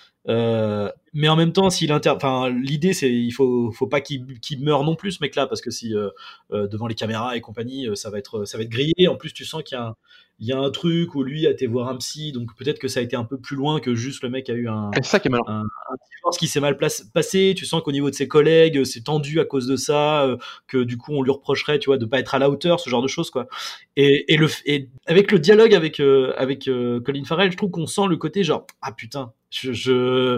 Euh, mais en même temps, s'il inter... enfin, l'idée c'est il faut faut pas qu'il, qu'il meure non plus ce mec-là, parce que si euh, euh, devant les caméras et compagnie, euh, ça va être ça va être grillé. En plus, tu sens qu'il y a un, il y a un truc où lui a été voir un psy, donc peut-être que ça a été un peu plus loin que juste le mec a eu un C'est ça qui est malin. un, un divorce qui s'est mal place- passé. Tu sens qu'au niveau de ses collègues, euh, c'est tendu à cause de ça, euh, que du coup on lui reprocherait, tu vois, de pas être à la hauteur, ce genre de choses, quoi. Et, et le et avec le dialogue avec euh, avec euh, Colin Farrell, je trouve qu'on sent le côté genre ah putain, je, je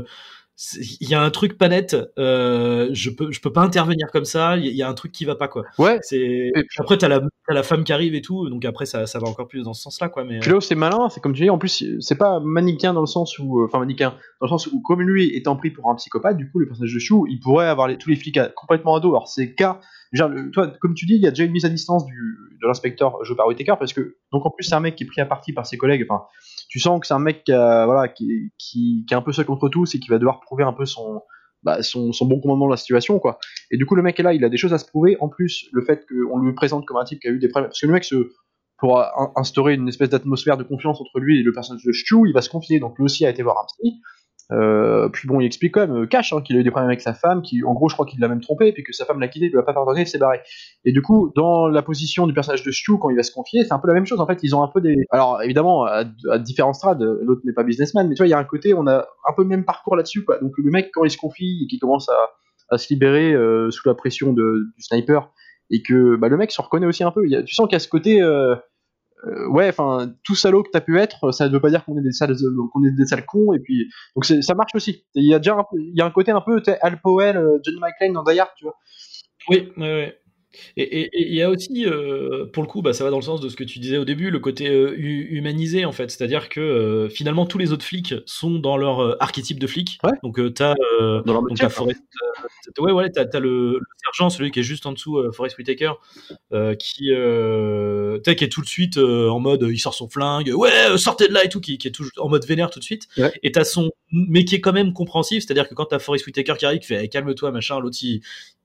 il y a un truc pas net, euh, je peux je peux pas intervenir comme ça, il y, y a un truc qui va pas, quoi. Ouais. C'est Et puis, après t'as la t'as la femme qui arrive et tout, donc après ça ça va encore plus dans ce sens-là, quoi. Mais puis là où c'est malin, c'est comme tu dis, en plus, c'est pas manichéen dans le sens où, euh, enfin manichéen, dans le sens où, comme lui étant pris pour un psychopathe, du coup, le personnage de Shu, il pourrait avoir les, tous les flics à- complètement à dos. Alors c'est le cas, genre, le- toi, comme tu dis, il y a déjà une mise à distance du, de l'inspecteur joué par Whittaker, parce que, donc en plus, c'est un mec qui est pris à partie par ses collègues, enfin, tu sens que c'est un mec qui, a- voilà, qui, qui, qui est un peu seul contre tous et qui va devoir prouver un peu son, bah, son, son bon commandement de la situation, quoi. Et du coup, le mec est là, il a des choses à se prouver, en plus, le fait qu'on lui présente comme un type qui a eu des problèmes, parce que le mec se pour in- instaurer une espèce d'atmosphère de confiance entre lui et le personnage de Stu, il va se confier. Donc lui aussi a été voir un psy. Euh, puis bon, il explique quand même, euh, cash, hein, qu'il a eu des problèmes avec sa femme, qui, en gros, je crois qu'il l'a même trompé, puis que sa femme l'a quitté, il lui a pas pardonné, il s'est barré. Et du coup, dans la position du personnage de Stu, quand il va se confier, c'est un peu la même chose. En fait, ils ont un peu des. Alors évidemment, à, à différents stades, l'autre n'est pas businessman, mais tu vois, il y a un côté, on a un peu le même parcours là-dessus, quoi. Donc le mec, quand il se confie et qu'il commence à, à se libérer euh, sous la pression de, du sniper, et que bah, le mec se reconnaît aussi un peu. Il y a, tu sens qu'il y a ce côté. Euh, euh, ouais, enfin, tout salaud que t'as pu être, ça ne veut pas dire qu'on est des sales, qu'on est des sales cons, et puis, donc c'est, ça marche aussi. Il y a déjà un, peu- il y a un côté un peu, tu sais, Al Powell, euh, Johnny McClane dans Die Hard, tu vois. oui, ouais, ouais. Et et- et il y a aussi, euh, pour le coup, bah, ça va dans le sens de ce que tu disais au début, le côté euh, hu- humanisé, en fait. C'est-à-dire que euh, finalement, tous les autres flics sont dans leur euh, archétype de flic. Ouais. Donc, euh, t'as, euh, Dans leur donc métier, t'as quoi. Forrest, euh, t'as- ouais, ouais, t'as, t'as le, le sergent, celui qui est juste en dessous, euh, Forrest Whitaker, euh, qui, euh, tu sais, qui est tout de suite euh, en mode, il sort son flingue, ouais, euh, sortez de là et tout, qui, qui est tout, en mode vénère tout de suite. Ouais. Et t'as son, mais qui est quand même compréhensif, c'est-à-dire que quand t'as Forrest Whitaker qui arrive, qui fait, hey, calme-toi, machin, l'autre il,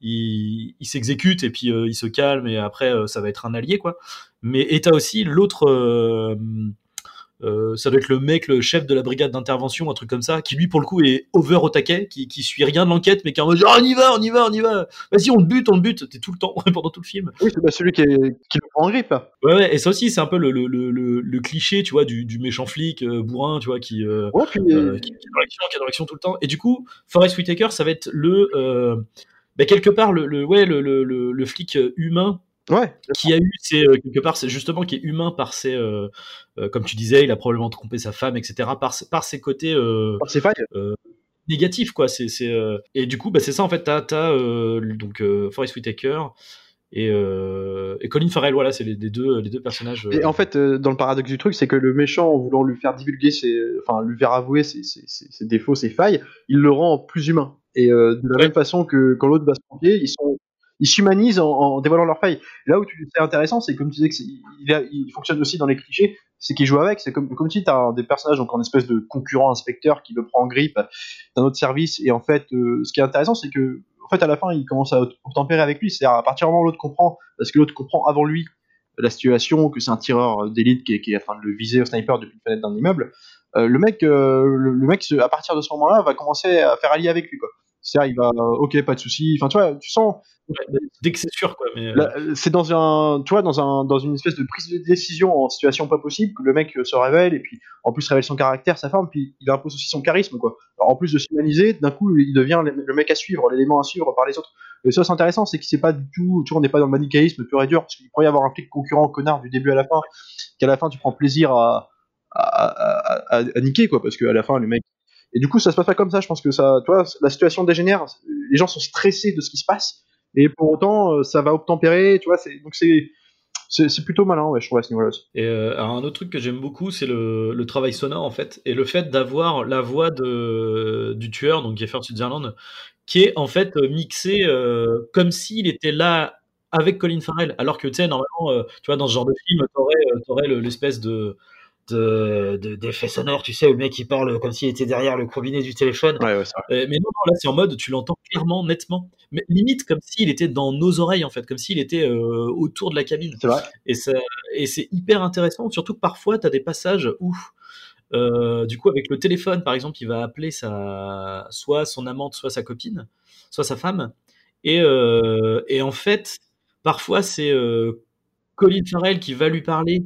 il, il s'exécute et puis euh, il se calme et après euh, ça va être un allié, quoi. Mais et t'as aussi l'autre, euh, euh, ça doit être le mec, le chef de la brigade d'intervention, un truc comme ça, qui lui pour le coup est over au taquet, qui, qui suit rien de l'enquête, mais qui est en mode oh, on y va, on y va, on y va, vas-y on le bute, on le bute, t'es tout le temps pendant tout le film. Oui, c'est bah, celui qui, est, qui le prend en grippe, là. Ouais, ouais, et ça aussi c'est un peu le, le, le, le, le cliché, tu vois, du, du méchant flic euh, bourrin, tu vois, qui, euh, Ouais, puis. euh, qui, qui est dans l'action, qui est dans l'action tout le temps. Et du coup, Forrest Whitaker, ça va être le, euh, bah, quelque part le, le, ouais, le, le, le, le flic humain Ouais. qui a eu ses, euh, quelque part, c'est justement qui est humain par ses, euh, euh, comme tu disais, il a probablement trompé sa femme, et cetera. Par, par ses côtés euh, Par ses failles. euh, négatifs, quoi. C'est, c'est, euh, et du coup, bah, c'est ça en fait. T'as, t'as euh, donc euh, Forrest Whitaker Et, euh, et Colin Farrell, voilà, c'est les, les, deux, les deux personnages. Euh... Et en fait, euh, dans le paradoxe du truc, c'est que le méchant, en voulant lui faire divulguer, ses, enfin, lui faire avouer ses, ses, ses, ses défauts, ses failles, il le rend plus humain. Et euh, de la ouais. même façon que quand l'autre va se pompier, ils sont, ils s'humanisent en, en dévoilant leurs failles. Là où tu, c'est intéressant, c'est comme tu disais que il, a, il fonctionne aussi dans les clichés, c'est qu'il joue avec. C'est comme, comme si tu as des personnages donc en espèce de concurrent inspecteur qui le prend en grippe d'un autre service. Et en fait, euh, ce qui est intéressant, c'est que en fait, à la fin, il commence à obtempérer avec lui. C'est-à-dire à partir du moment où l'autre comprend, parce que l'autre comprend avant lui la situation, que c'est un tireur d'élite qui est, qui est en train de le viser au sniper depuis une fenêtre d'un immeuble, euh, le mec, euh, le, le mec, à partir de ce moment-là, va commencer à faire allier avec lui, quoi. C'est-à-dire, il va, euh, ok, pas de souci. Enfin, tu vois, tu sens. Ouais, dès que c'est sûr, quoi. Mais... Là, c'est dans un, tu vois, dans un, dans une espèce de prise de décision en situation pas possible que le mec se révèle et puis en plus révèle son caractère, sa forme, puis il impose aussi son charisme, quoi. Alors, en plus de s'humaniser, d'un coup, il devient le mec à suivre, l'élément à suivre par les autres. Et ça, c'est intéressant, c'est que c'est pas du tout, tu vois, on n'est pas dans le manichéisme pur et dur, parce qu'il pourrait y avoir un flic concurrent connard du début à la fin, qu'à la fin tu prends plaisir à, à, à, à, à niquer, quoi, parce qu'à la fin, le mec. Et du coup, ça se passe pas comme ça, je pense que ça, tu vois, la situation dégénère, les gens sont stressés de ce qui se passe, et pour autant, ça va obtempérer, tu vois, c'est, donc c'est, c'est, c'est plutôt malin, ouais, je trouve, à ce niveau-là. Et euh, alors un autre truc que j'aime beaucoup, c'est le, le travail sonore, en fait, et le fait d'avoir la voix de, du tueur, donc Kiefer Sutherland, qui est en fait mixé euh, comme s'il était là avec Colin Farrell, alors que tu sais, normalement, euh, tu vois, dans ce genre de film, t'aurais, euh, t'aurais l'espèce de De, de, d'effets sonores, tu sais, où le mec il parle comme s'il était derrière le combiné du téléphone. Ouais, ouais, c'est vrai. Euh, mais non, non, là c'est en mode, tu l'entends clairement, nettement. Mais limite comme s'il était dans nos oreilles, en fait, comme s'il était euh, autour de la cabine. C'est vrai. Et, ça, et c'est hyper intéressant, surtout que parfois tu as des passages où, euh, du coup, avec le téléphone, par exemple, il va appeler sa, soit son amante, soit sa copine, soit sa femme. Et, euh, et en fait, parfois c'est euh, Colin Farrell qui va lui parler.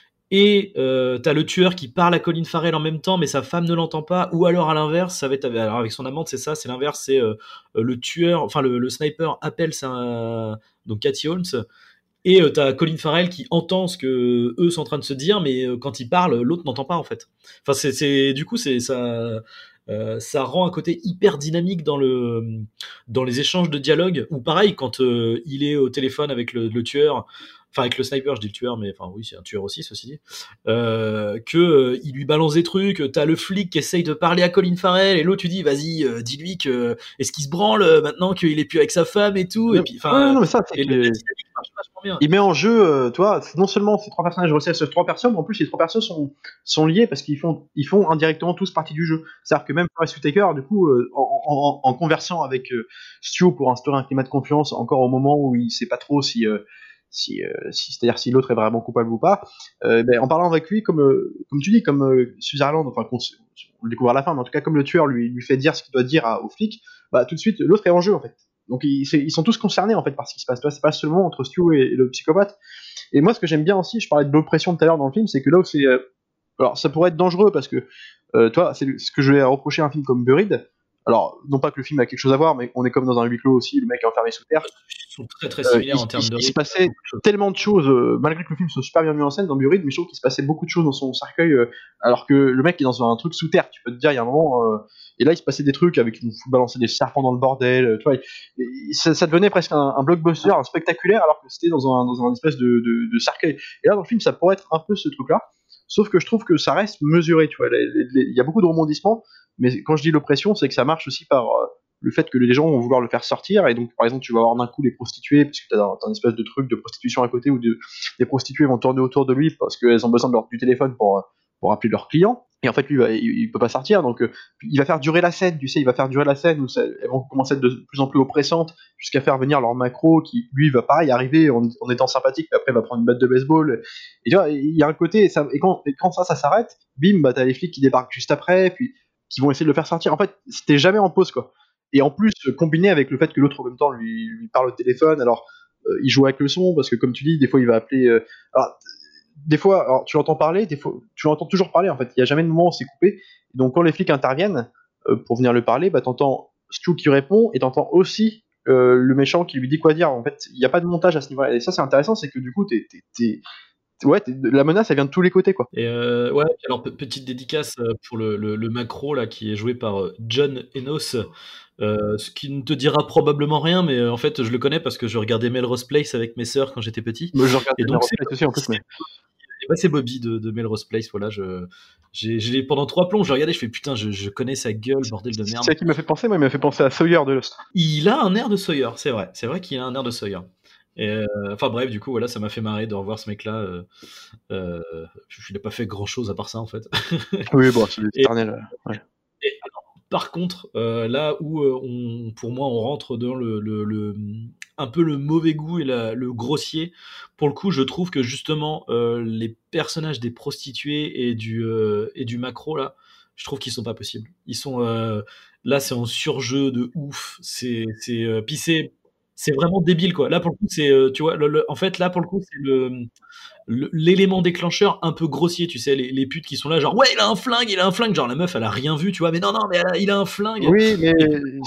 Et euh, t'as le tueur qui parle à Colin Farrell en même temps, mais sa femme ne l'entend pas. Ou alors à l'inverse, ça va être alors avec son amante, c'est ça, c'est l'inverse, c'est euh, le tueur, enfin le, le sniper appelle sa donc Katie Holmes, et euh, t'as Colin Farrell qui entend ce que eux sont en train de se dire, mais euh, quand il parle, l'autre n'entend pas en fait. Enfin, c'est, c'est du coup, c'est ça. Euh, ça rend un côté hyper dynamique dans le dans les échanges de dialogue. Ou pareil, quand euh, il est au téléphone avec le, le tueur. Enfin, avec le sniper, je dis le tueur, mais enfin, oui, c'est un tueur aussi, ceci dit. Euh, que euh, il lui balance des trucs. T'as le flic qui essaye de parler à Colin Farrell, et l'autre, tu dis, vas-y, euh, dis-lui que est-ce qu'il se branle euh, maintenant qu'il est plus avec sa femme et tout. Non, et puis, enfin, non, non, mais ça, c'est et que... le, la dynamique marche vachement bien. Il met en jeu, euh, toi, non seulement ces trois personnages recèlent ces trois personnes, mais en plus ces trois personnes sont, sont liées parce qu'ils font, ils font indirectement tous partie du jeu. C'est-à-dire que même Forest Whitaker, du coup, euh, en, en, en conversant avec euh, Stu pour instaurer un climat de confiance, encore au moment où il sait pas trop si, euh, si, euh, si c'est-à-dire si l'autre est vraiment coupable ou pas, euh, ben, en parlant avec lui, comme, euh, comme tu dis, comme euh, Sutherland, enfin, qu'on, on le découvre à la fin, mais en tout cas, comme le tueur lui, lui fait dire ce qu'il doit dire à, au flic, bah, tout de suite, l'autre est en jeu, en fait. Donc ils, ils sont tous concernés en fait par ce qui se passe. C'est pas seulement entre Stu et, et le psychopathe. Et moi, ce que j'aime bien aussi, je parlais de l'oppression tout à l'heure dans le film, c'est que là où c'est, euh, alors ça pourrait être dangereux parce que, euh, toi, c'est ce que je vais reprocher à un film comme Buried. Alors, non pas que le film a quelque chose à voir, mais on est comme dans un huis clos aussi, le mec est enfermé sous terre. Ils sont très très similaires euh, en termes il, de. Il, il se passait tellement de choses, euh, malgré que le film soit super bien mis en scène dans Buried, mais je trouve qu'il se passait beaucoup de choses dans son cercueil, euh, alors que le mec est dans un truc sous terre. Tu peux te dire, il y a un moment, euh, et là il se passait des trucs avec il faut balancer des serpents dans le bordel, euh, tu vois. Et, et ça, ça devenait presque un, un blockbuster, un spectaculaire, alors que c'était dans un dans un espèce de, de, de cercueil. Et là dans le film, ça pourrait être un peu ce truc-là. Sauf que je trouve que ça reste mesuré, tu vois. Il y a beaucoup de rebondissements, mais quand je dis l'oppression, c'est que ça marche aussi par euh, le fait que les gens vont vouloir le faire sortir, et donc par exemple tu vas avoir d'un coup les prostituées, parce que t'as un, t'as un espèce de truc de prostitution à côté, où de, les prostituées vont tourner autour de lui parce qu'elles ont besoin de leur, du téléphone pour, pour appeler leurs clients, et en fait lui il, il peut pas sortir, donc euh, il va faire durer la scène, tu sais, il va faire durer la scène où ça, elles vont commencer à être de plus en plus oppressantes, jusqu'à faire venir leur macro, qui lui va pareil arriver en, en étant sympathique, mais après il va prendre une batte de baseball, et tu vois, il y a un côté, et, ça, et, quand, et quand ça ça s'arrête, bim, bah t'as les flics qui débarquent juste après, puis qui vont essayer de le faire sortir, en fait c'était jamais en pause, quoi. Et en plus, combiné avec le fait que l'autre en même temps lui, lui parle au téléphone, alors euh, il joue avec le son, parce que comme tu dis, des fois il va appeler. Euh, alors, des fois, alors, tu l'entends parler, des fois, tu l'entends toujours parler en fait, il n'y a jamais de moment où c'est coupé. Et donc quand les flics interviennent euh, pour venir le parler, bah t'entends Stu qui répond, et t'entends aussi euh, le méchant qui lui dit quoi dire. En fait, il n'y a pas de montage à ce niveau-là. Et ça, c'est intéressant, c'est que du coup, t'es, t'es, t'es, ouais, la menace, elle vient de tous les côtés, quoi. Et euh, ouais, alors petite dédicace pour le, le, le macro là qui est joué par John Enos, euh, ce qui ne te dira probablement rien, mais euh, en fait je le connais parce que je regardais Melrose Place avec mes sœurs quand j'étais petit. Mais je regarde et donc c'est, aussi en plus, mais... bah, c'est Bobby de, de Melrose Place, voilà. Je, j'ai, j'ai pendant trois plombs, je regardais, je fais putain, je, je connais sa gueule, bordel de merde. C'est ça qui m'a fait penser, moi, il m'a fait penser à Sawyer de Lost. Il a un air de Sawyer, c'est vrai, c'est vrai qu'il a un air de Sawyer. Et euh, enfin bref, du coup, voilà, ça m'a fait marrer de revoir ce mec-là. Euh, euh, il n'a pas fait grand-chose à part ça, en fait. Oui, bon, c'est l'éternel. Ouais. Et alors, par contre, euh, là où euh, on, pour moi, on rentre dans le, le, le un peu le mauvais goût et la, le grossier, pour le coup, je trouve que justement, euh, les personnages des prostituées et du, euh, et du macro, là, je trouve qu'ils sont pas possibles. Ils sont euh, là, c'est en surjeu de ouf. C'est, c'est, euh, puis c'est, c'est vraiment débile, quoi. Là, pour le coup, c'est, euh, tu vois, le, le, en fait, là, pour le coup, c'est le, le l'élément déclencheur un peu grossier, tu sais, les, les putes qui sont là, genre, ouais, il a un flingue, il a un flingue, genre, la meuf, elle a rien vu, tu vois, mais non, non, mais elle a, il a un flingue. Oui, mais.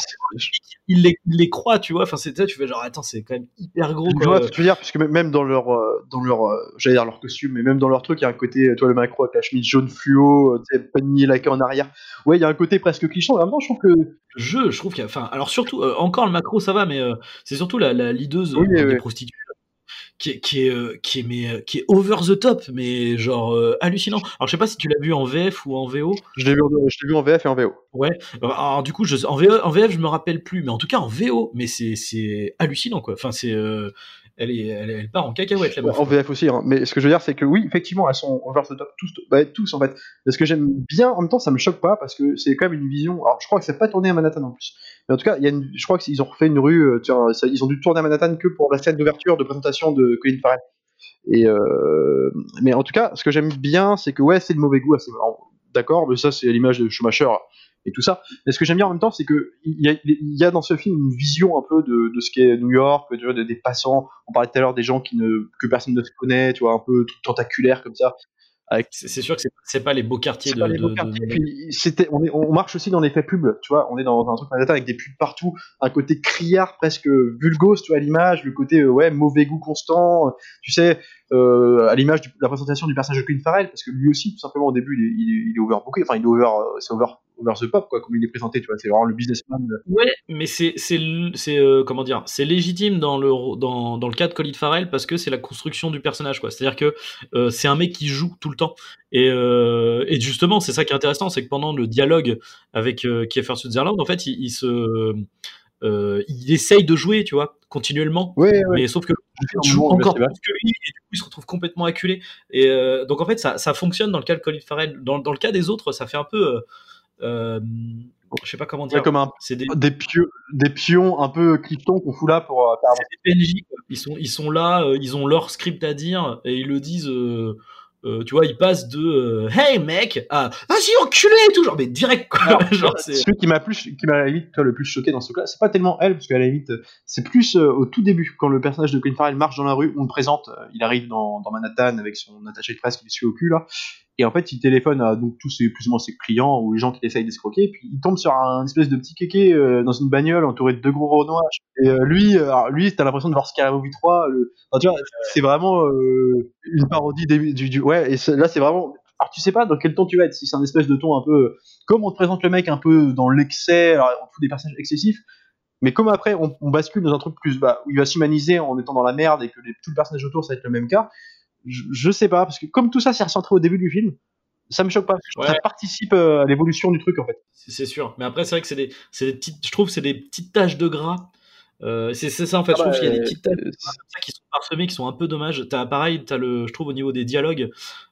Il les, il les croit, tu vois, enfin, c'est ça, tu fais genre, attends, c'est quand même hyper gros, quoi. Je vois ce que tu veux dire, parce que même dans leur, dans leur, j'allais dire leur costume, mais même dans leur truc, il y a un côté, toi, le macro avec la chemise jaune fluo, tu sais, panier laqué en arrière. Ouais, il y a un côté presque cliché. Vraiment, je trouve que. Je, je trouve qu'il y a, enfin, alors surtout, euh, encore le macro, ça va, mais euh, c'est surtout la, la leaduse oui, euh, oui. des prostituées. Qui est, qui, est, euh, qui, est, mais, qui est over the top, mais genre euh, hallucinant. Alors je sais pas si tu l'as vu en V F ou en V O. Je l'ai vu, je l'ai vu en V F et en V O. Ouais. Alors du coup, je, en, V O, en V F, je me rappelle plus, mais en tout cas en V O, mais c'est, c'est hallucinant, quoi. Enfin, c'est, euh, elle, est, elle, elle part en cacahuète, la meuf. En V F aussi, hein. Mais ce que je veux dire, c'est que oui, effectivement, elles sont over the top, tous, bah, tous en fait. Mais ce que j'aime bien, en même temps, ça me choque pas parce que c'est quand même une vision. Alors, je crois que c'est pas tourné à Manhattan en plus. Mais en tout cas, il y a une, je crois qu'ils ont refait une rue. Euh, tiens, ça, ils ont dû tourner à Manhattan que pour la scène d'ouverture de présentation de Colin Farrell. Et euh, mais en tout cas, ce que j'aime bien, c'est que ouais, c'est le mauvais goût. Assez, d'accord, mais ça, c'est à l'image de Schumacher et tout ça. Mais ce que j'aime bien en même temps, c'est que il y a, il y a dans ce film une vision un peu de, de ce qu'est New York, tu vois, des, des passants. On parlait tout à l'heure des gens qui ne, que personne ne se connaît, tu vois, un peu tentaculaire comme ça. Avec... C'est, c'est sûr que c'est, c'est pas les beaux quartiers c'est de. Pas les beaux de, quartiers. de... Puis c'était, on, est, on marche aussi dans l'effet pub, tu vois. On est dans un truc Manhattan avec des pubs partout, un côté criard presque vulgose, tu vois, à l'image, le côté ouais mauvais goût constant, tu sais. Euh, à l'image de la présentation du personnage de Colin Farrell, parce que lui aussi, tout simplement, au début, il est, il est, il est overbooké, enfin, il est over, c'est over, over the pop, quoi, comme il est présenté, tu vois, c'est vraiment le businessman. Ouais, mais c'est, c'est, c'est euh, comment dire, c'est légitime dans le, dans, dans le cas de Colin Farrell parce que c'est la construction du personnage, quoi. C'est-à-dire que euh, c'est un mec qui joue tout le temps. Et, euh, et justement, c'est ça qui est intéressant, c'est que pendant le dialogue avec euh, Kiefer Sutherland, en fait, il, il se. Euh, il essaye de jouer, tu vois, continuellement, ouais, ouais. mais sauf que il joue encore plus que lui et du coup il se retrouve complètement acculé. Et euh, donc en fait ça, ça fonctionne dans le cas de Colin Farrell. Dans, dans le cas des autres, ça fait un peu, euh, euh, je sais pas comment dire, ouais, comme un, c'est des... Des, pions, des pions un peu cliptons qu'on fout là pour. Euh, c'est des P N J, quoi. Ils sont, ils sont là, euh, ils ont leur script à dire et ils le disent. Euh, Euh, tu vois, il passe de euh, hey mec à vas-y enculé et tout, genre mais direct quoi. Alors, genre, c'est... Celui qui m'a plus, qui m'a à la limite toi, le plus choqué dans ce cas, c'est pas tellement elle, parce qu'à la limite, c'est plus euh, au tout début quand le personnage de Colin Farrell marche dans la rue, on le présente, euh, il arrive dans, dans Manhattan avec son attaché de presse qui lui suit au cul là, et en fait il téléphone à donc tous ses plus ou moins ses clients ou les gens qui essayent d'escroquer, et puis il tombe sur un espèce de petit kéké euh, dans une bagnole entouré de deux gros Renois, et euh, lui, euh, alors, lui t'as l'impression de voir Scary Movie trois, le... enfin, tu vois, c'est vraiment euh, une parodie du, du, du... ouais, et c'est, là c'est vraiment. Alors tu sais pas dans quel ton tu vas être, si c'est un espèce de ton un peu comme on te présente le mec un peu dans l'excès, alors on fout des personnages excessifs, mais comme après on, on bascule dans un truc plus bah, où il va s'humaniser en étant dans la merde et que les, tout le personnage autour ça va être le même cas, je, je sais pas, parce que comme tout ça s'est recentré au début du film, ça me choque pas, ouais. Ça participe à l'évolution du truc en fait. C'est, c'est sûr, mais après c'est vrai que c'est des, c'est des petites, je trouve que c'est des petites taches de gras. Euh, c'est, c'est ça en fait, ah je trouve bah, qu'il y a des petites taches euh, comme ça qui sont parsemées, qui sont un peu dommages. T'as pareil, t'as le, je trouve au niveau des dialogues,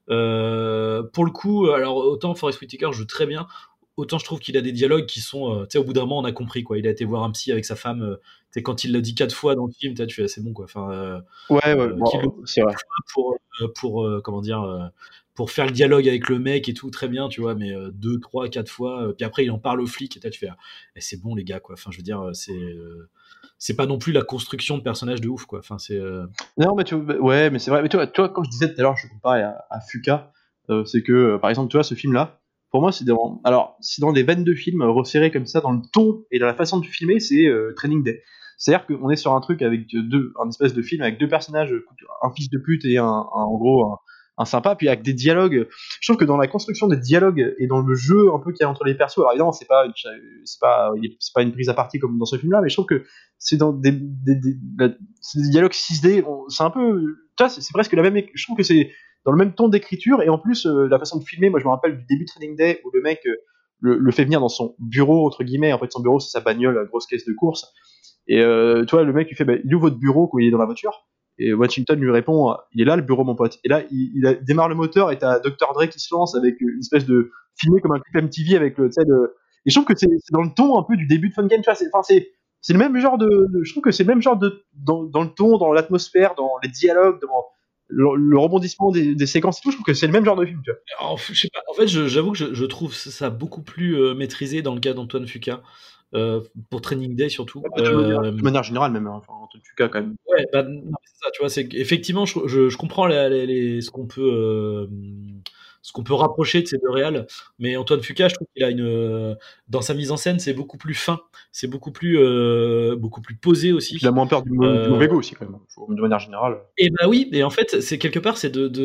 euh, pour le coup, alors autant Forest Whitaker joue très bien, autant je trouve qu'il a des dialogues qui sont, euh, tu sais, au bout d'un moment on a compris quoi. Il a été voir un psy avec sa femme, euh, tu sais, quand il l'a dit quatre fois dans le film, tu fais c'est bon quoi. Enfin, euh, ouais, ouais, euh, bon, le, c'est vrai. Pour, pour, pour euh, comment dire. Euh, pour faire le dialogue avec le mec et tout, très bien, tu vois, mais euh, deux, trois, quatre fois, euh, puis après il en parle au flic, et toi tu fais, eh, c'est bon les gars, quoi, enfin je veux dire, c'est, euh, c'est pas non plus la construction de personnages de ouf, quoi, enfin c'est... Euh... Non, mais tu ouais, mais c'est vrai, mais tu vois, toi, quand je disais tout à l'heure, je comparais à, à Fuka, euh, c'est que, euh, par exemple, tu vois, ce film-là, pour moi, c'est dans, alors, c'est dans les veines de films resserrés comme ça, dans le ton et dans la façon de filmer, c'est euh, Training Day. C'est-à-dire qu'on est sur un truc avec deux, un espèce de film avec deux personnages, un fils de pute et un, un en gros, un, un sympa, puis avec des dialogues. Je trouve que dans la construction des dialogues et dans le jeu un peu qu'il y a entre les persos, alors évidemment, c'est pas, c'est pas, c'est pas une prise à partie comme dans ce film-là, mais je trouve que c'est dans des, des, des, des, des dialogues six D, on, c'est un peu, tu vois, c'est, c'est presque la même, je trouve que c'est dans le même ton d'écriture, et en plus, euh, la façon de filmer, moi je me rappelle du début de Training Day, où le mec euh, le, le fait venir dans son bureau, entre guillemets, en fait son bureau c'est sa bagnole, la grosse caisse de course, et euh, tu vois, le mec lui fait, bah, il est où votre bureau quand il est dans la voiture? Et Washington lui répond, il est là le bureau mon pote. Et là il, il a, démarre le moteur et t'as docteur Dre qui se lance avec une espèce de filmé comme un clip M T V avec le, tu sais, le... Et je trouve que c'est, c'est dans le ton un peu du début de Fun Game, tu vois, c'est, enfin c'est, c'est le même genre de, de, je trouve que c'est le même genre de, dans, dans le ton, dans l'atmosphère, dans les dialogues, dans le, le rebondissement des, des séquences et tout, je trouve que c'est le même genre de film, tu vois. Alors, je sais pas, en fait, je, j'avoue que je, je trouve ça beaucoup plus euh, maîtrisé dans le cas d'Antoine Fuqua. Euh, pour Training Day surtout. Ouais, de, euh, manière, de manière générale même, hein. Enfin, Antoine Fuqua quand même. Ouais, bah, non, c'est ça, tu vois, c'est effectivement, je, je, je comprends les, les, les, ce qu'on peut, euh, ce qu'on peut rapprocher de ces deux réals, mais Antoine Fuqua, je trouve qu'il a une, dans sa mise en scène, c'est beaucoup plus fin, c'est beaucoup plus, euh, beaucoup plus posé aussi. Il a moins peur du, euh, du mauvais goût aussi quand même, de manière générale. Et bah oui, et en fait, c'est quelque part, c'est de,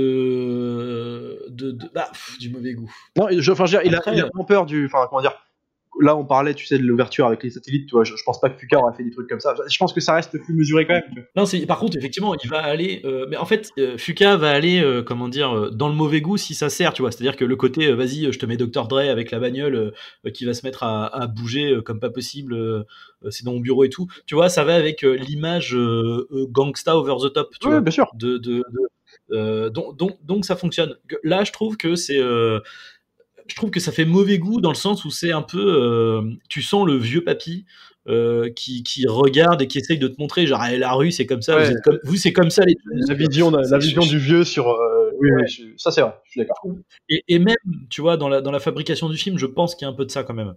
de, de, de bah, pff, du mauvais goût. Non, je, enfin, je veux dire, il a, il a moins peur du, enfin, comment dire. Là, on parlait, tu sais, de l'ouverture avec les satellites. Tu vois, je, je pense pas que Fuqua aurait fait des trucs comme ça. Je pense que ça reste plus mesuré quand même. Tu vois. Non, c'est par contre, effectivement, il va aller. Euh, mais en fait, euh, Fuqua va aller, euh, comment dire, euh, dans le mauvais goût si ça sert. Tu vois, c'est-à-dire que le côté, euh, vas-y, je te mets docteur Dre avec la bagnole euh, qui va se mettre à, à bouger euh, comme pas possible. Euh, c'est dans mon bureau et tout. Tu vois, ça va avec euh, l'image euh, euh, gangsta over the top. Tu oui, vois, bien sûr. De, de, de euh, donc, donc, donc, ça fonctionne. Là, je trouve que c'est. Euh, je trouve que ça fait mauvais goût dans le sens où c'est un peu, euh, tu sens le vieux papy euh, qui, qui regarde et qui essaye de te montrer, genre eh, la rue c'est comme ça, ouais. vous, êtes comme, vous c'est comme ça les jeunes. La vision, la vision du vieux sur, euh, oui, ouais. oui, ça c'est vrai, je suis d'accord. Et, et même, tu vois, dans la dans la fabrication du film, je pense qu'il y a un peu de ça quand même.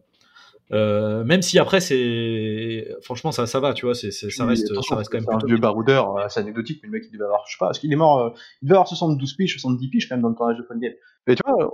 Euh, même si après c'est, franchement ça ça va, tu vois, c'est, c'est ça reste ça reste quand même. C'est un vieux baroudeur assez anecdotique, mais le mec il devait avoir, je sais pas, parce qu'il est mort, euh, il devait avoir soixante-douze piges, soixante-dix piges quand même dans le tournage de Fun Game. Mais tu vois.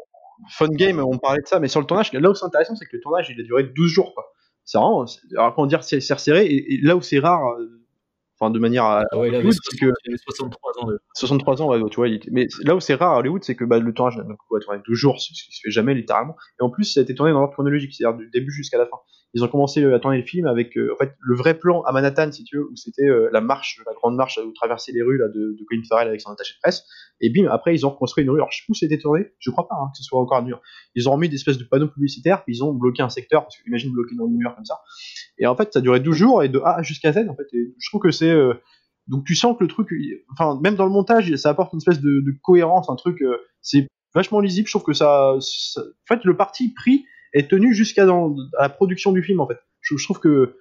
Fun Game, on parlait de ça, mais sur le tournage, là où c'est intéressant, c'est que le tournage il a duré douze jours, quoi. C'est vraiment, c'est, alors comment dire, c'est, c'est resserré, et, et là où c'est rare, euh, enfin de manière à, ah ouais, il, avait Hollywood, soixante, c'est que, il avait soixante-trois ans. De... soixante-trois ans, ouais, tu vois, il était, mais là où c'est rare à Hollywood, c'est que bah, le tournage, donc, ouais, tourné douze jours, ce qui se fait jamais littéralement, et en plus ça a été tourné dans l'ordre chronologique, c'est-à-dire du début jusqu'à la fin. Ils ont commencé à tourner le film avec, euh, en fait, le vrai plan à Manhattan, si tu veux, où c'était euh, la marche, la grande marche où traverser les rues là, de, de Colin Farrell avec son attaché de presse. Et bim, après, ils ont reconstruit une rue. Alors, je sais plus où c'était tourné, je crois pas hein, que ce soit encore à New York. Ils ont remis des espèces de panneaux publicitaires, puis ils ont bloqué un secteur, parce que imagine bloquer dans New York comme ça. Et en fait, ça a duré douze jours, et de A jusqu'à Z, en fait. Et je trouve que c'est. Euh, donc, tu sens que le truc, enfin, même dans le montage, ça apporte une espèce de, de cohérence, un truc. Euh, c'est vachement lisible, je trouve que ça, ça. En fait, le parti pris est tenu jusqu'à dans, à la production du film, en fait. Je, je trouve que.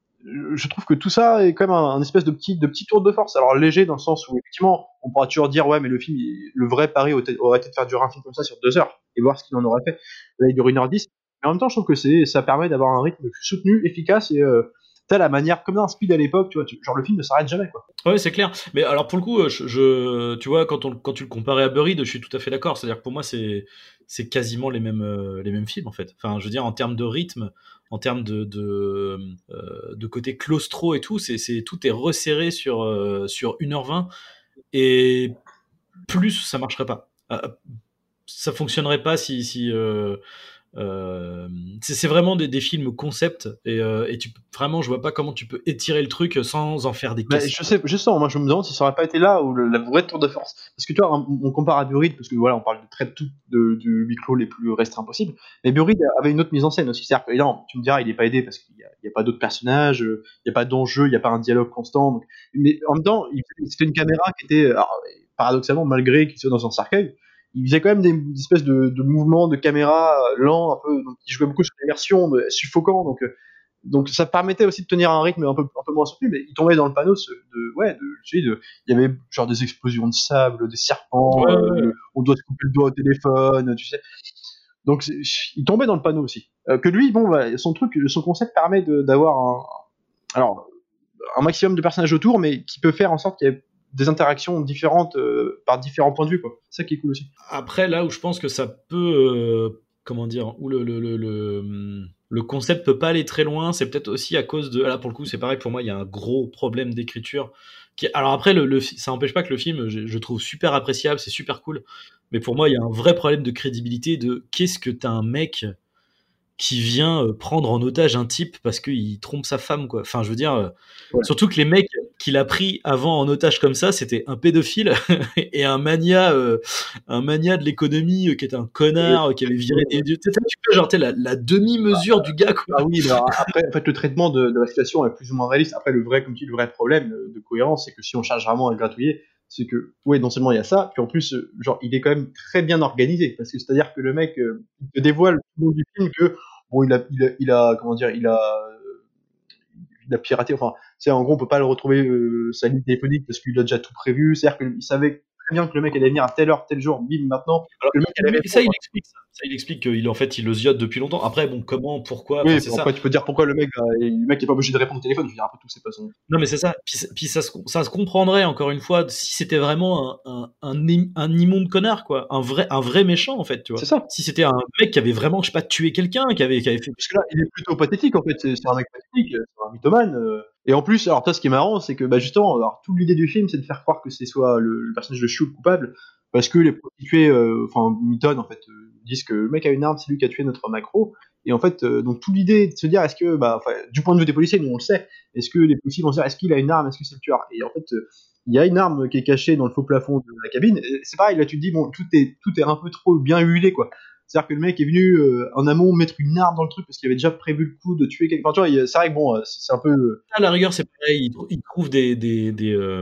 Je trouve que tout ça est quand même un, un espèce de petit, de petit tour de force. Alors léger dans le sens où effectivement on pourra toujours dire ouais mais le film, il, le vrai pari aurait été de faire durer un film comme ça sur deux heures et voir ce qu'il en aurait fait. Là il dure une heure dix. Mais en même temps je trouve que c'est, ça permet d'avoir un rythme soutenu, efficace et euh, t'as la manière comme un speed à l'époque, tu vois, tu, genre le film ne s'arrête jamais quoi. Ouais c'est clair. Mais alors pour le coup, je, je tu vois quand on quand tu le comparais à Buried, je suis tout à fait d'accord. C'est-à-dire que pour moi c'est c'est quasiment les mêmes euh, les mêmes films en fait. Enfin je veux dire en termes de rythme. En termes de, de, euh, de côté claustro et tout, c'est, c'est, tout est resserré sur, euh, sur une heure vingt et plus ça marcherait pas. Euh, ça fonctionnerait pas si. si euh, euh, c'est, c'est vraiment des, des films concept et, euh, et tu, vraiment je vois pas comment tu peux étirer le truc sans en faire des caisses. Bah, je sais, je sais, moi je me demande si ça aurait pas été là où le, la vraie tour de force. Parce que tu vois, on, on compare à Buried parce que voilà, on parle de trait de tout de, de huis clos les plus restreints possibles. Mais Buried avait une autre mise en scène aussi. C'est-à-dire que évidemment, tu me diras, il est pas aidé parce qu'il y a, il y a pas d'autres personnages, il y a pas d'enjeu, il y a pas un dialogue constant. Donc, mais en même temps, il, c'était une caméra qui était, alors, paradoxalement, malgré qu'il soit dans un cercueil, il faisait quand même des, des espèces de, de mouvements de caméra lents, un peu, donc il jouait beaucoup sur l'immersion, suffocant, donc, donc ça permettait aussi de tenir un rythme un peu, un peu moins soutenu, mais il tombait dans le panneau de, de ouais, de, tu sais, de, il y avait genre des explosions de sable, des serpents, ouais, ouais, ouais. Euh, on doit se couper le doigt au téléphone, tu sais. Donc il tombait dans le panneau aussi. Euh, que lui, bon, bah, son truc, son concept permet de, d'avoir un, alors, un maximum de personnages autour, mais qui peut faire en sorte qu'il y ait des interactions différentes euh, par différents points de vue, quoi. C'est ça qui est cool aussi. Après, là où je pense que ça peut, euh, comment dire, où le, le, le, le, le concept peut pas aller très loin, c'est peut-être aussi à cause de, là pour le coup, c'est pareil pour moi, il y a un gros problème d'écriture Qui, alors après, le, le, ça n'empêche pas que le film, je, je trouve super appréciable, c'est super cool. Mais pour moi, il y a un vrai problème de crédibilité de qu'est-ce que t'as un mec qui vient prendre en otage un type parce qu'il trompe sa femme, quoi. Enfin, je veux dire, ouais. Surtout que les mecs qu'il a pris avant en otage comme ça, c'était un pédophile et un mania, euh, un mania de l'économie euh, qui était un connard, ouais. Qui avait viré des dieux. Tu sais, tu peux, genre, t'es la, la demi-mesure ah, du gars, quoi. Ah oui, mais alors, après, en fait, le traitement de, de la situation est plus ou moins réaliste. Après, le vrai, comme tu dis, le vrai problème de cohérence, c'est que si on cherche vraiment à gratouiller, c'est que, ouais, non seulement il y a ça, puis en plus, genre, il est quand même très bien organisé, parce que c'est-à-dire que le mec, euh, il te dévoile tout le long du film que, bon, il a, il a, il a comment dire, il a, il a piraté, enfin, c'est en gros, on peut pas le retrouver, euh, sa ligne téléphonique, parce qu'il a déjà tout prévu, c'est-à-dire qu'il savait très bien que le mec allait venir à telle heure, tel jour, bim, maintenant. Alors, le mec allait ça, il explique ça. Ça, il explique qu'il en fait, il le ziote depuis longtemps. Après, bon, comment, pourquoi, oui, c'est après, ça. tu peux dire pourquoi le mec, euh, le mec est pas obligé de répondre au téléphone, je veux dire, après tout, c'est pas son. Non, mais c'est ça. Puis, puis ça, se, ça se comprendrait, encore une fois, si c'était vraiment un, un, un, un immonde connard, quoi. Un vrai, un vrai méchant, en fait, tu vois. C'est ça. Si c'était un mec qui avait vraiment, je sais pas, tué quelqu'un, qui avait, qui avait fait. Parce que là, il est plutôt pathétique, en fait. C'est, c'est un mec pathétique, c'est un mythomane. Euh... Et en plus, alors, toi, ce qui est marrant, c'est que, bah, justement, alors, toute l'idée du film, c'est de faire croire que c'est soit le, le personnage de Shu le coupable, parce que les prostituées, euh, enfin, Mitton, en fait, euh, disent que le mec a une arme, c'est lui qui a tué notre macro. Et en fait, euh, donc, toute l'idée de se dire, est-ce que, bah, du point de vue des policiers, nous, on le sait, est-ce que les policiers vont se dire, est-ce qu'il a une arme, est-ce que c'est le tueur? Et en fait, il euh, y a une arme qui est cachée dans le faux plafond de la cabine. Et c'est pareil, là, tu te dis, bon, tout est, tout est un peu trop bien huilé, quoi. C'est-à-dire que le mec est venu euh, en amont mettre une arme dans le truc parce qu'il avait déjà prévu le coup de tuer quelqu'un. Enfin, tu vois, c'est vrai que bon, c'est un peu. À la rigueur, c'est pareil. Il trouve des des des, euh,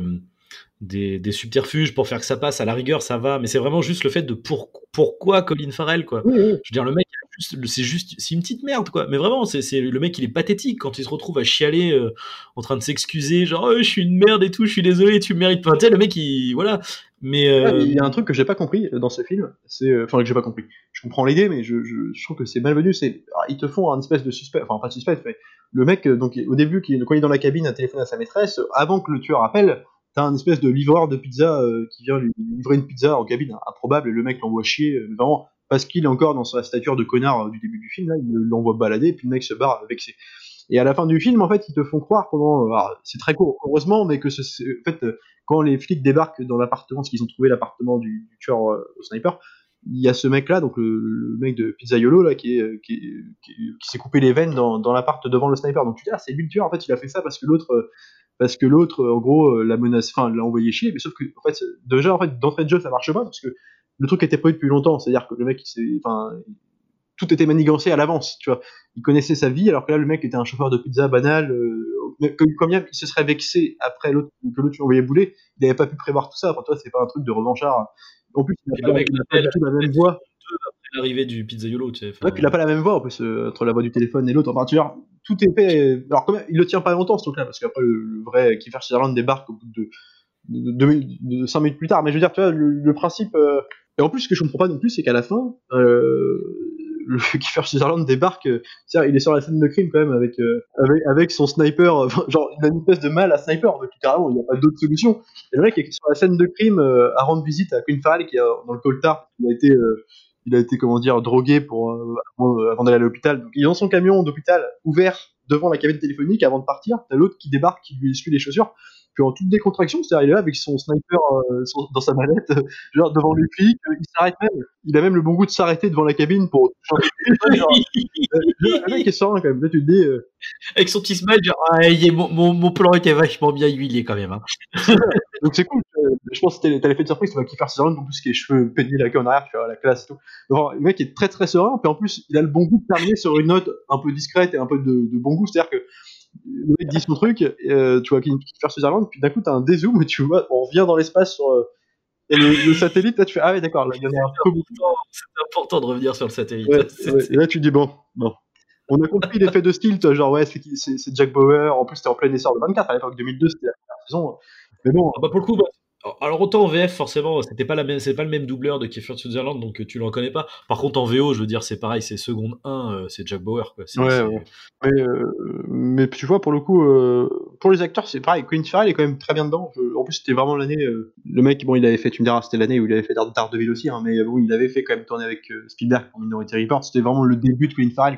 des des subterfuges pour faire que ça passe. À la rigueur, ça va. Mais c'est vraiment juste le fait de pour, pourquoi Colin Farrell, quoi. Oui, oui. Je veux dire, le mec, c'est juste, c'est une petite merde, quoi. Mais vraiment, c'est, c'est le mec, il est pathétique quand il se retrouve à chialer, euh, en train de s'excuser, genre, oh, je suis une merde et tout, je suis désolé, tu me mérites pas. Tu sais, le mec, il, voilà. Mais euh... ouais, il y a un truc que j'ai pas compris dans ce film, c'est, enfin, que j'ai pas compris. Je comprends l'idée, mais je, je, je trouve que c'est malvenu. C'est, alors, ils te font un espèce de suspect, enfin pas de suspect, mais le mec, donc au début, qui, quand il est dans la cabine, a téléphone à sa maîtresse, avant que le tueur appelle, t'as un espèce de livreur de pizza euh, qui vient lui livrer une pizza en cabine, improbable, et le mec l'envoie chier, euh, vraiment, parce qu'il est encore dans sa stature de connard euh, du début du film, là, il l'envoie balader, et puis le mec se barre vexé. Et à la fin du film, en fait, ils te font croire pendant, alors, c'est très court, heureusement, mais que ce, en fait, quand les flics débarquent dans l'appartement, parce qu'ils ont trouvé l'appartement du, du tueur euh, au sniper, il y a ce mec-là, donc le, le mec de Pizzaiolo, là, qui, est, qui, est, qui, est, qui s'est coupé les veines dans, dans l'appart devant le sniper. Donc tu dis, ah, c'est lui le tueur, en fait, il a fait ça parce que l'autre, euh, parce que l'autre, en gros, euh, la menace, enfin, l'a envoyé chier, mais sauf que, en fait, déjà, en fait, d'entrée de jeu, ça marche pas, parce que le truc était prévu depuis longtemps, c'est-à-dire que le mec, il s'est, enfin, tout était manigancé à l'avance, tu vois. Il connaissait sa vie, alors que là, le mec était un chauffeur de pizza banal, euh, combien il se serait vexé après l'autre, que l'autre lui envoyait bouler, il n'avait pas pu prévoir tout ça, enfin, toi, c'est pas un truc de revanchard. En plus, il n'a pas, pas du tout la même voix. Après l'arrivée du Pizzaiolo, tu sais. Ouais, puis il a pas la même voix, en plus, euh, entre la voix du téléphone et l'autre, enfin, tu vois, tout est fait, alors quand même, il le tient pas longtemps, ce truc-là, parce qu'après, le, le vrai Kiefer Sutherland débarque au bout de, de, de, de cinq minutes plus tard, mais je veux dire, tu vois, le, le principe, euh, et en plus, ce que je comprends pas non plus, c'est qu'à la fin, euh, le Kiefer Sutherland débarque, euh, c'est-à-dire, il est sur la scène de crime quand même avec euh, avec, avec son sniper, euh, genre il a une espèce de mal à sniper, donc carrément il n'y a pas d'autre solution. Et le mec est sur la scène de crime euh, à rendre visite à Colin Farrell qui est dans le coltard, il a été euh, il a été comment dire drogué pour euh, avant, avant d'aller à l'hôpital. Donc il est dans son camion d'hôpital ouvert devant la cabine téléphonique avant de partir. T'as l'autre qui débarque qui lui essuie les chaussures. Puis en toute décontraction, c'est-à-dire il est là avec son sniper euh, son, dans sa manette, euh, genre devant les flics, euh, il s'arrête même, il a même le bon goût de s'arrêter devant la cabine pour changer de téléphone, genre, euh, le mec est serein quand même, là tu te dis... Euh... Avec son petit smile, genre, ah, y est, mon, mon, mon plan était vachement bien huilé quand même. Hein. Donc c'est cool, euh, je pense que t'as l'effet de surprise, tu vois, Kiefer Sutherland, en plus qui a les cheveux peignés la queue en arrière, tu vois, la classe et tout. Donc, le mec est très très serein, puis en plus il a le bon goût de terminer sur une note un peu discrète et un peu de, de bon goût, c'est-à-dire que le mec dit son truc, euh, tu vois, qui fait Sutherland, puis d'un coup t'as un dézoom et tu vois, on revient dans l'espace sur euh, le, le satellite, là tu fais, ah ouais d'accord, là il y en a un peu beaucoup. C'est important de revenir sur le satellite. Ouais, ouais, et là tu dis, bon, bon. On a compris l'effet de style, toi, genre ouais, c'est, c'est, c'est Jack Bauer, en plus c'était en plein essor de vingt-quatre, à l'époque deux mille deux, c'était la première saison. Mais bon. Ah bah pour le coup, bah, alors autant en V F forcément c'était pas la même, c'est pas le même doubleur de Kiefer Sutherland, donc tu l'en connais pas. Par contre en V O, je veux dire, c'est pareil, c'est seconde un, euh, c'est Jack Bauer quoi. C'est, ouais, c'est... ouais. Mais, euh, mais tu vois, pour le coup, euh, pour les acteurs, c'est pareil. Colin Farrell est quand même très bien dedans. Je, en plus, c'était vraiment l'année. Euh, le mec, bon, il avait fait, tu me diras, c'était l'année où il avait fait Daredevil aussi, hein, mais bon, il avait fait quand même tourner avec euh, Spielberg pour Minority Report. C'était vraiment le début de Colin Farrell, quoi.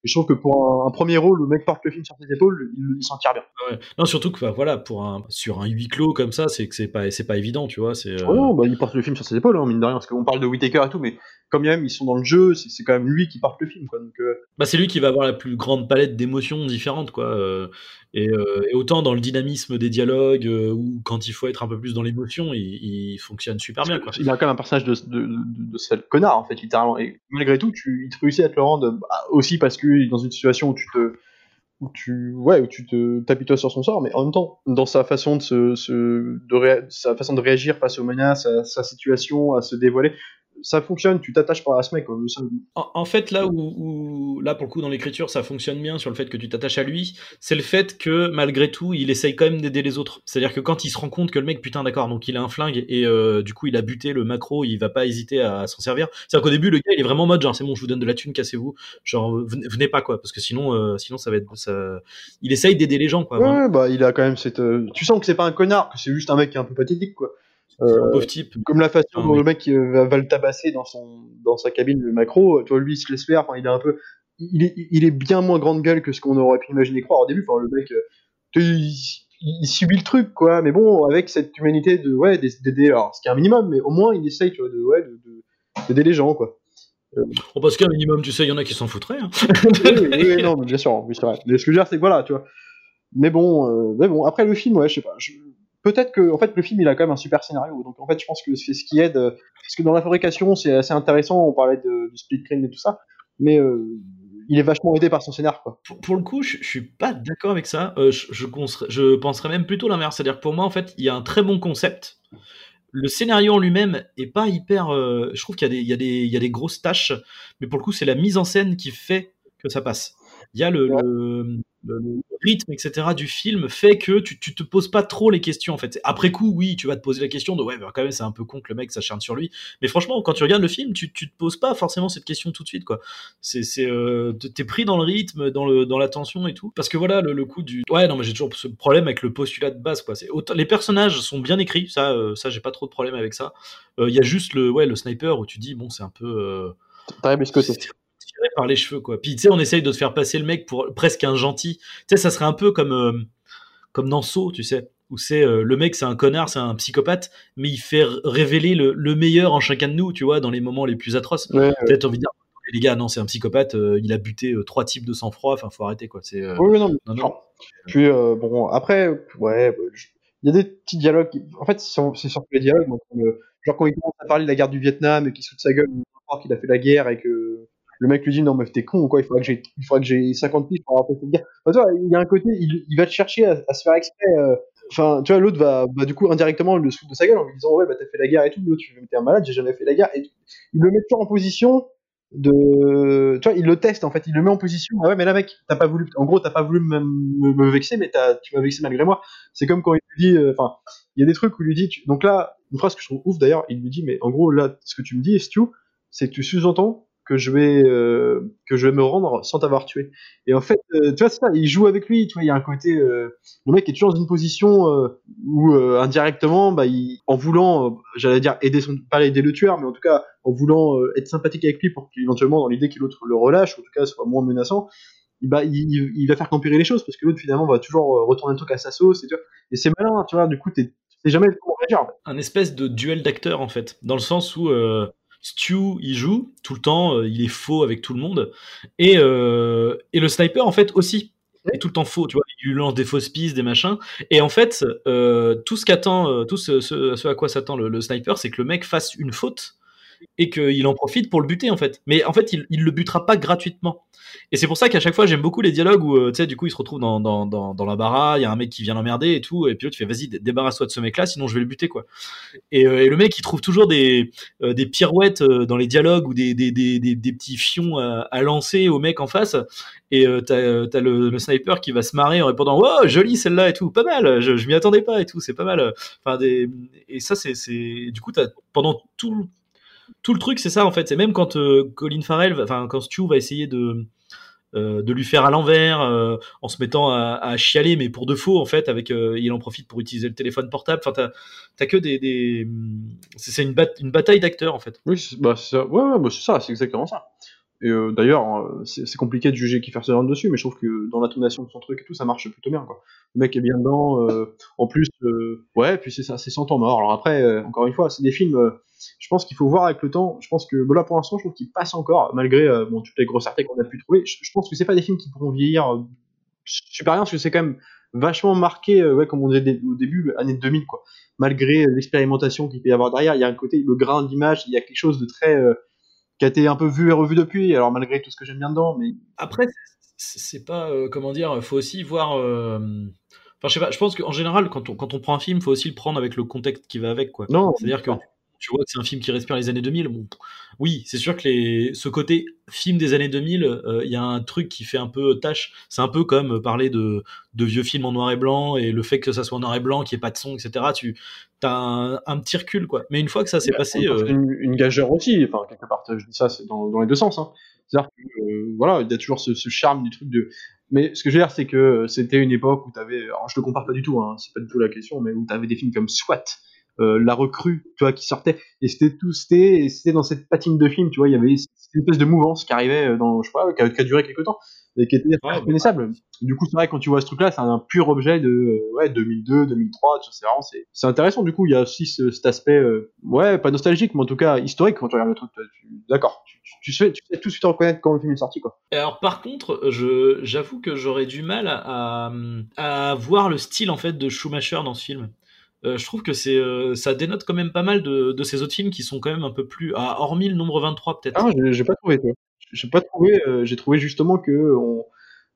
Et je trouve que pour un, un premier rôle, le mec porte le film sur ses épaules, il, il s'en tire bien. Ouais. Non, surtout que bah, voilà, pour un, sur un huis clos comme ça, c'est que c'est pas, c'est pas évident, tu vois. C'est, euh... Oh non, bah, il porte le film sur ses épaules, hein, mine de rien, parce qu'on parle de Whittaker et tout, mais quand même, ils sont dans le jeu, c'est, c'est quand même lui qui porte le film, quoi. Donc, euh... bah, c'est lui qui va avoir la plus grande palette d'émotions différentes, quoi. Euh, et, euh, et autant dans le dynamisme des dialogues, euh, ou quand il faut être un peu plus dans l'émotion, il, il fonctionne super bien, quoi. Il a quand même un personnage de, de, de, de sale connard, en fait, littéralement. Et malgré tout, tu, il te réussit à te le rendre, bah, aussi parce qu'il est dans une situation où tu te. Où tu, ouais, où tu te t'apitoies sur son sort, mais en même temps, dans sa façon de se, se de ré, sa façon de réagir face aux menaces, à sa situation, à se dévoiler, ça fonctionne, tu t'attaches pas à ce mec. Quoi. En, en fait, là où, où, là pour le coup dans l'écriture, ça fonctionne bien sur le fait que tu t'attaches à lui, c'est le fait que malgré tout, il essaye quand même d'aider les autres. C'est-à-dire que quand il se rend compte que le mec, putain, d'accord, donc il a un flingue et euh, du coup il a buté le macro, il va pas hésiter à, à s'en servir. C'est-à-dire qu'au début, le gars, il est vraiment en mode genre, c'est bon, je vous donne de la thune, cassez-vous, genre venez, venez pas quoi, parce que sinon, euh, sinon ça va être, ça... il essaye d'aider les gens quoi. Ouais, vraiment. bah il a quand même cette, euh... tu sens que c'est pas un connard, que c'est juste un mec qui est un peu pathétique quoi. Euh, un pauvre type. Comme la façon dont oui. le mec euh, va, va le tabasser dans son dans sa cabine le macro, toi lui il se laisse faire, enfin il est un peu, il est il est bien moins grande gueule que ce qu'on aurait pu imaginer croire au début. Enfin le mec, euh, il, il subit le truc quoi, mais bon avec cette humanité de ouais d'aider, alors ce qui est un minimum, mais au moins il essaye tu vois de ouais de, de d'aider les gens quoi. Euh... Bon, parce qu'un minimum, tu sais, il y en a qui s'en foutraient. Hein. oui, oui, oui, non, mais bien sûr, oui, c'est vrai. Mais ce que je veux dire, c'est que voilà, tu vois. Mais bon, euh, mais bon, après le film, ouais, je sais pas. Je... Peut-être que, en fait, le film, il a quand même un super scénario. Donc, en fait, je pense que c'est ce qui aide. Euh, parce que dans la fabrication, c'est assez intéressant. On parlait de, du split screen et tout ça. Mais euh, il est vachement aidé par son scénar, quoi. Pour, pour le coup, je, je suis pas d'accord avec ça. Euh, je, je, je penserais même plutôt l'inverse. C'est-à-dire que pour moi, en fait, il y a un très bon concept. Le scénario en lui-même est pas hyper. Euh, je trouve qu'il y a des, il y a des, il y a des grosses tâches, mais pour le coup, c'est la mise en scène qui fait que ça passe. Il y a le, ouais. le, le, le rythme, et cetera du film fait que tu, tu te poses pas trop les questions en fait. Après coup, oui, tu vas te poser la question de ouais, bah, quand même, c'est un peu con que le mec s'acharne sur lui. Mais franchement, quand tu regardes le film, tu, tu te poses pas forcément cette question tout de suite quoi. C'est, c'est, euh, t'es pris dans le rythme, dans le, dans l'attention et tout. Parce que voilà, le, le coup du. Ouais, non, mais j'ai toujours ce problème avec le postulat de base quoi. C'est autant... Les personnages sont bien écrits, ça, euh, ça, j'ai pas trop de problème avec ça. Il euh, y a juste le, ouais, le sniper où tu dis bon, c'est un peu. Euh... T'as biscoté. Tiré par les cheveux quoi. Puis tu sais on essaye de te faire passer le mec pour presque un gentil. Tu sais ça serait un peu comme euh, comme dans Saw, tu sais, où c'est euh, le mec c'est un connard, c'est un psychopathe, mais il fait révéler le, le meilleur en chacun de nous, tu vois, dans les moments les plus atroces. Ouais, peut-être ouais. envie de dire les gars non c'est un psychopathe, euh, il a buté euh, trois types de sang-froid, enfin faut arrêter quoi. C'est euh... oui non, mais non, non. Puis euh, bon après ouais je... il y a des petits dialogues qui... en fait c'est sur, c'est sur les dialogues donc, euh, genre quand il commence à parler de la guerre du Vietnam et qu'il se fout de sa gueule qu'il a fait la guerre et que le mec lui dit non mais t'es con ou quoi, il faudrait que j'ai, il faudrait que j'ai cinquante piges pour avoir fait cette guerre. Enfin, tu vois, il y a un côté, il, il va te chercher à, à se faire exprès. Euh... Enfin, tu vois, l'autre va, bah, du coup, indirectement le foutre de sa gueule en lui disant ouais bah t'as fait la guerre et tout. L'autre tu t'es un malade, j'ai jamais fait la guerre. Et il le met toujours en position de, tu vois, il le teste en fait, il le met en position. Ah ouais mais là mec, t'as pas voulu, en gros t'as pas voulu me, me, me vexer, mais t'as, tu m'as vexé malgré moi. C'est comme quand il lui dit, enfin, euh, il y a des trucs où il lui dit, tu... donc là, une phrase que je trouve ouf d'ailleurs, il lui dit mais en gros là, ce que tu me dis, Stu, c'est que tu sous-entends que je vais euh, que je vais me rendre sans t'avoir tué. Et en fait, euh, tu vois, c'est ça, il joue avec lui, tu vois, il y a un côté, euh, le mec est toujours dans une position euh, où euh, indirectement, bah, il, en voulant, euh, j'allais dire aider son, pas aider le tueur, mais en tout cas en voulant euh, être sympathique avec lui pour qu'éventuellement, dans l'idée que l'autre le relâche, ou en tout cas soit moins menaçant, bah, il, il va faire qu'empirer les choses parce que l'autre finalement va toujours retourner le truc à sa sauce, et, tu vois, et c'est malin, tu vois, du coup, t'es, t'es jamais comment réagir. En fait. Un espèce de duel d'acteurs en fait, dans le sens où euh... Stu, il joue tout le temps, euh, il est faux avec tout le monde, et, euh, et le sniper en fait aussi est tout le temps faux, tu vois, il lui lance des fausses pistes, des machins, et en fait, euh, tout ce qu'attend, euh, tout ce, ce, ce à quoi s'attend le, le sniper, c'est que le mec fasse une faute et qu'il en profite pour le buter en fait. Mais en fait, il, il le butera pas gratuitement. Et c'est pour ça qu'à chaque fois, j'aime beaucoup les dialogues où, euh, tu sais, du coup, il se retrouve dans, dans, dans, dans la bara, il y a un mec qui vient l'emmerder et tout, et puis l'autre fait, vas-y, débarrasse-toi de ce mec-là, sinon je vais le buter, quoi. Et, euh, et le mec, il trouve toujours des, euh, des pirouettes euh, dans les dialogues ou des, des, des, des, des petits fions à, à lancer au mec en face. Et euh, t'as, t'as le, le sniper qui va se marrer en répondant, wow, jolie celle-là et tout, pas mal, je, je m'y attendais pas et tout, c'est pas mal. Enfin, des, et ça, c'est, c'est, du coup, t'as, pendant tout tout le truc, c'est ça en fait. C'est même quand euh, Colin Farrell, enfin quand Stu va essayer de euh, de lui faire à l'envers euh, en se mettant à, à chialer, mais pour de faux en fait. Avec, euh, il en profite pour utiliser le téléphone portable. Enfin, t'as, t'as que des, des... C'est, c'est une, bat- une bataille d'acteurs en fait. Oui, c'est, bah c'est ça. Ouais, ouais, bah c'est ça, c'est exactement ça. Et euh, d'ailleurs, euh, c'est, c'est compliqué de juger Kiefer Sutherland dessus, mais je trouve que dans l'intonation de son truc et tout, ça marche plutôt bien, quoi. Le mec est bien dedans. Euh, en plus, euh, ouais, puis c'est ça, c'est sans temps mort. Alors après, euh, encore une fois, c'est des films. Euh, je pense qu'il faut voir avec le temps. Je pense que bon, là, pour l'instant, je trouve qu'ils passent encore, malgré euh, bon, toutes les grossièretés qu'on a pu trouver. Je, je pense que c'est pas des films qui pourront vieillir euh, super bien, parce que c'est quand même vachement marqué, euh, ouais, comme on disait au début, années deux mille, quoi. Malgré euh, l'expérimentation qu'il peut y avoir derrière, il y a un côté, le grain d'image, il y a quelque chose de très euh, qui a été un peu vu et revu depuis, alors malgré tout ce que j'aime bien dedans, mais... Après, c'est, c'est pas, euh, comment dire, faut aussi voir... euh, Enfin, je sais pas, je pense qu'en général, quand on, quand on prend un film, faut aussi le prendre avec le contexte qui va avec, quoi. Non, C'est-à-dire que tu vois que c'est un film qui respire les années deux mille. Bon, oui, c'est sûr que les, ce côté film des années deux mille, il euh, y a un truc qui fait un peu tâche. C'est un peu comme parler de, de vieux films en noir et blanc, et le fait que ça soit en noir et blanc, qu'il n'y ait pas de son, et cetera. Tu as un, un petit recul, quoi. Mais une fois que ça s'est bah, passé... euh... une, une gageure aussi, enfin, quelque part, je dis ça, c'est dans, dans les deux sens, hein. C'est-à-dire que, euh, voilà, il y a toujours ce, ce charme du truc de... Mais ce que je veux dire, c'est que c'était une époque où t'avais... Alors, je te compare pas du tout, hein, c'est pas du tout la question, mais où t'avais des films comme SWAT, euh, La Recrue, tu vois, qui sortait, et c'était tout, c'était, c'était dans cette patine de film, tu vois, il y avait une espèce de mouvance qui arrivait dans, je sais pas, qui a, qui a duré quelque temps, et qui était Ouais, reconnaissable. Bah, du coup, c'est vrai, quand tu vois ce truc-là, c'est un pur objet de, euh, ouais, deux mille deux, deux mille trois, tu vois, c'est vraiment, c'est, c'est intéressant, du coup, il y a aussi ce, cet aspect, euh, ouais, pas nostalgique, mais en tout cas, historique, quand tu regardes le truc, tu, d'accord, tu, tu, tu, sais, tu sais tout de suite reconnaître quand le film est sorti, quoi. Alors par contre, je, j'avoue que j'aurais du mal à, à, à voir le style en fait de Schumacher dans ce film. Euh, je trouve que c'est, euh, ça dénote quand même pas mal de, de ces autres films qui sont quand même un peu plus, ah, hormis le nombre vingt-trois peut-être. Ah, j'ai, j'ai pas trouvé, toi. J'ai pas trouvé, euh, j'ai trouvé justement que on,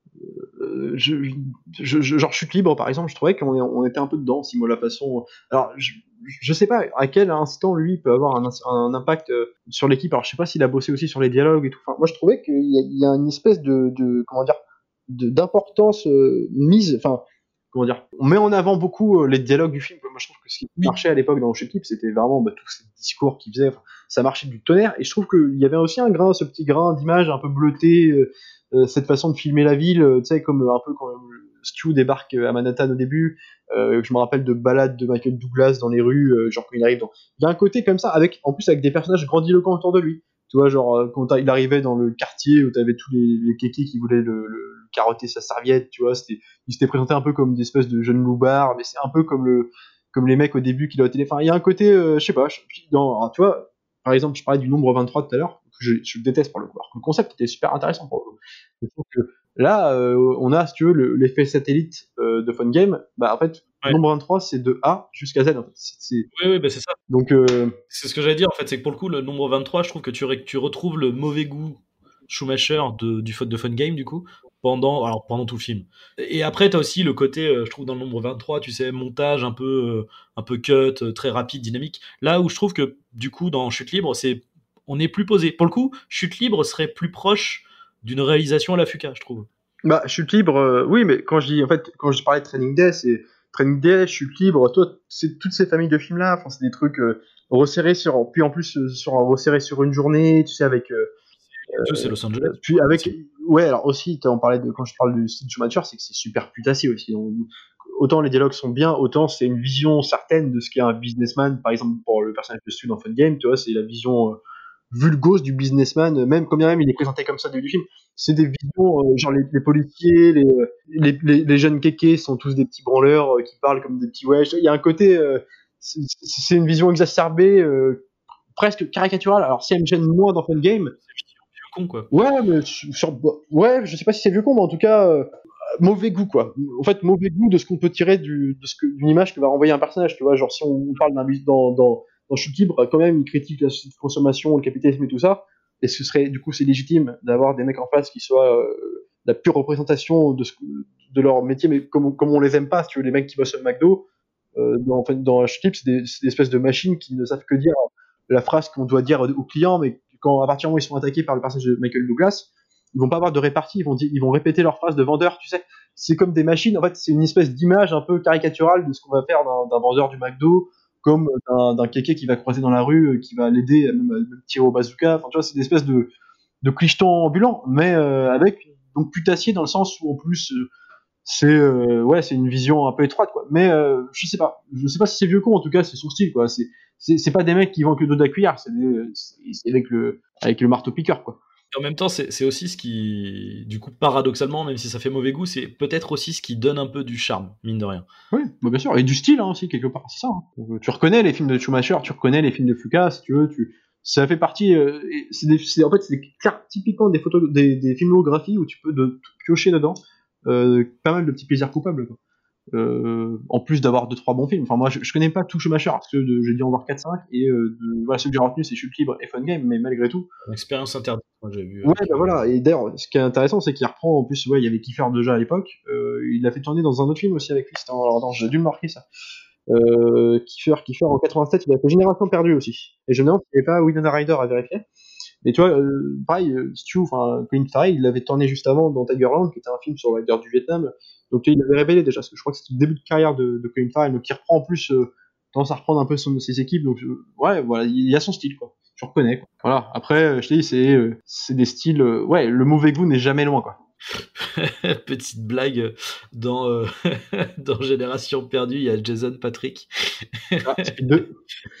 euh, je, je, je, genre Chute Libre, par exemple, je trouvais qu'on on était un peu dedans, si moi la façon. Alors, je, je sais pas à quel instant lui peut avoir un, un impact euh, sur l'équipe. Alors, je sais pas s'il a bossé aussi sur les dialogues et tout. Enfin, moi, je trouvais qu'il y a, il y a une espèce de, de comment dire, de, d'importance euh, mise. Enfin, comment dire, on met en avant beaucoup euh, les dialogues du film. Moi, je trouve que ce qui Oui. marchait à l'époque dans Chute Libre, c'était vraiment bah, tous ces discours qu'il faisait. Enfin, ça marchait du tonnerre. Et je trouve qu'il y avait aussi un grain, ce petit grain d'image un peu bleuté. Euh, Euh, cette façon de filmer la ville, euh, tu sais, comme euh, un peu quand Stu débarque à Manhattan au début, euh, je me rappelle de balades de Michael Douglas dans les rues, euh, genre quand il arrive dans... Il y a un côté comme ça, avec, en plus avec des personnages grandiloquents autour de lui. Tu vois, genre euh, quand il arrivait dans le quartier où t'avais tous les, les kékés qui voulaient le, le, le carotter sa serviette, tu vois, c'était, il s'était présenté un peu comme des espèces de jeunes loupards, mais c'est un peu comme le, comme les mecs au début qui l'ont au téléphone. Il y a un côté, euh, je sais pas, je, dans, alors, tu vois, par exemple, je parlais du nombre vingt-trois tout à l'heure, que je, je déteste pour le coup. Alors que le concept était super intéressant pour le coup. Je trouve que là, euh, on a, si tu veux, le, l'effet satellite euh, de Fun Game. Bah, en fait, Ouais. nombre vingt-trois, c'est de A jusqu'à Z. En fait. C'est, c'est... Oui, oui, bah c'est ça. Donc, euh... c'est ce que j'allais dire en fait, c'est que pour le coup, le nombre vingt-trois, je trouve que tu, ré- tu retrouves le mauvais goût Schumacher de, du faute de Fun Game, du coup, pendant, alors, pendant tout le film. Et après, tu as aussi le côté, euh, je trouve, dans le nombre vingt-trois, tu sais, montage un peu, euh, un peu cut, euh, très rapide, dynamique. Là où je trouve que, du coup, dans Chute Libre, c'est, on est plus posé. Pour le coup, Chute Libre serait plus proche d'une réalisation à la Fuka, je trouve. Bah, Chute Libre, euh, oui, mais quand je dis, en fait, quand je parlais de Training Day, c'est Training Day, Chute Libre, toi, c'est toutes ces familles de films-là, enfin, c'est des trucs euh, resserrés sur, puis en plus, euh, sur, resserrés sur une journée, tu sais, avec. Euh, Deux, c'est Los Angeles. Puis avec, aussi. Ouais, alors aussi, on parlait de, quand je parle du style Schumacher, c'est que c'est super putassier aussi. On, autant les dialogues sont bien, autant c'est une vision certaine de ce qu'est un businessman. Par exemple, pour le personnage de Stu dans Fun Game, tu vois, c'est la vision euh, vulgose du businessman, même quand bien même il est présenté comme ça au début du film. C'est des visions, euh, genre les, les policiers, les, les, les, les jeunes kékés sont tous des petits branleurs euh, qui parlent comme des petits wesh. Il y a un côté, euh, c'est, c'est une vision exacerbée, euh, presque caricaturale. Alors si elle me gêne moins dans Fun Game, con, quoi. Ouais, mais sur, ouais, je sais pas si c'est vieux con, mais en tout cas, euh, mauvais goût, quoi. En fait, mauvais goût de ce qu'on peut tirer du, de ce que, d'une image que va renvoyer un personnage, tu vois. Genre, si on parle d'un dans, dans, dans Chute Libre, quand même, il critique la société de consommation, le capitalisme et tout ça. Et ce serait, du coup, c'est légitime d'avoir des mecs en face qui soient euh, la pure représentation de, ce, de leur métier, mais comme, comme on les aime pas, si tu veux, les mecs qui bossent au McDo, euh, dans, en fait, dans Chute Libre, c'est des, c'est des espèces de machines qui ne savent que dire la phrase qu'on doit dire aux clients, mais quand à partir du moment où ils sont attaqués par le personnage de Michael Douglas, ils vont pas avoir de répartie, ils vont, dire, ils vont répéter leur phrase de vendeur, tu sais. C'est comme des machines, en fait, c'est une espèce d'image un peu caricaturale de ce qu'on va faire d'un, d'un vendeur du McDo, comme d'un, d'un kéké qui va croiser dans la rue, qui va l'aider à même, même tirer au bazooka. Enfin, tu vois, c'est une espèce de, de clicheton ambulant, mais euh, avec donc putassier dans le sens où en plus euh, c'est euh, ouais, c'est une vision un peu étroite, quoi. Mais euh, je sais pas, je sais pas si c'est vieux con, en tout cas, c'est son style, quoi. C'est c'est, c'est pas des mecs qui vendent que dos de la cuillère, c'est, des, c'est, c'est avec le avec le marteau piqueur, quoi. Et en même temps, c'est c'est aussi ce qui, du coup, paradoxalement, même si ça fait mauvais goût, c'est peut-être aussi ce qui donne un peu du charme, mine de rien. Oui, bah bien sûr, et du style hein, aussi, quelque part, c'est ça. Hein. Donc, euh, tu reconnais les films de Schumacher, tu reconnais les films de Fuqua, si tu veux, tu... ça fait partie. Euh, et c'est des, c'est, en fait, c'est des, car- typiquement des, photos, des, des filmographies où tu peux de, tout piocher dedans euh, pas mal de petits plaisirs coupables. Quoi. Euh, en plus d'avoir deux trois bons films. Enfin, moi, je, je connais pas tout Schumacher, parce que de- j'ai dû en voir quatre cinq, et euh, de, voilà, ceux que j'ai retenu, c'est Chute Libre et Fun Game, mais malgré tout. Expérience interdite, moi j'ai vu. Ouais, Avec, bah euh, voilà, et d'ailleurs, ce qui est intéressant, c'est qu'il reprend, en plus, ouais, il y avait Kiefer déjà à l'époque, euh, il l'a fait tourner dans un autre film aussi avec lui, c'était en- alors, non, j'ai dû le marquer ça. Euh, Kiefer, Kiefer en quatre-vingt-sept, il a fait Génération Perdue aussi. Et je me demande s'il n'y avait pas Winona Ryder à vérifier. Mais tu vois, euh, pareil, euh, Stu, enfin, Colin Farrell, il l'avait tourné juste avant dans Tigerland, qui était un film sur la guerre du Vietnam. Donc il avait révélé déjà, parce que je crois que c'était le début de carrière de, de Colin Farrell, donc il reprend en plus, euh, tendance à reprendre un peu son, ses équipes. Donc euh, ouais, voilà, il y a son style, quoi. Je reconnais, quoi. Voilà. Après, euh, je te dis, c'est, euh, c'est des styles, euh, ouais, le mauvais goût n'est jamais loin, quoi. Petite blague, dans, euh, dans Génération Perdue, il y a Jason Patrick. Ah, Speed deux.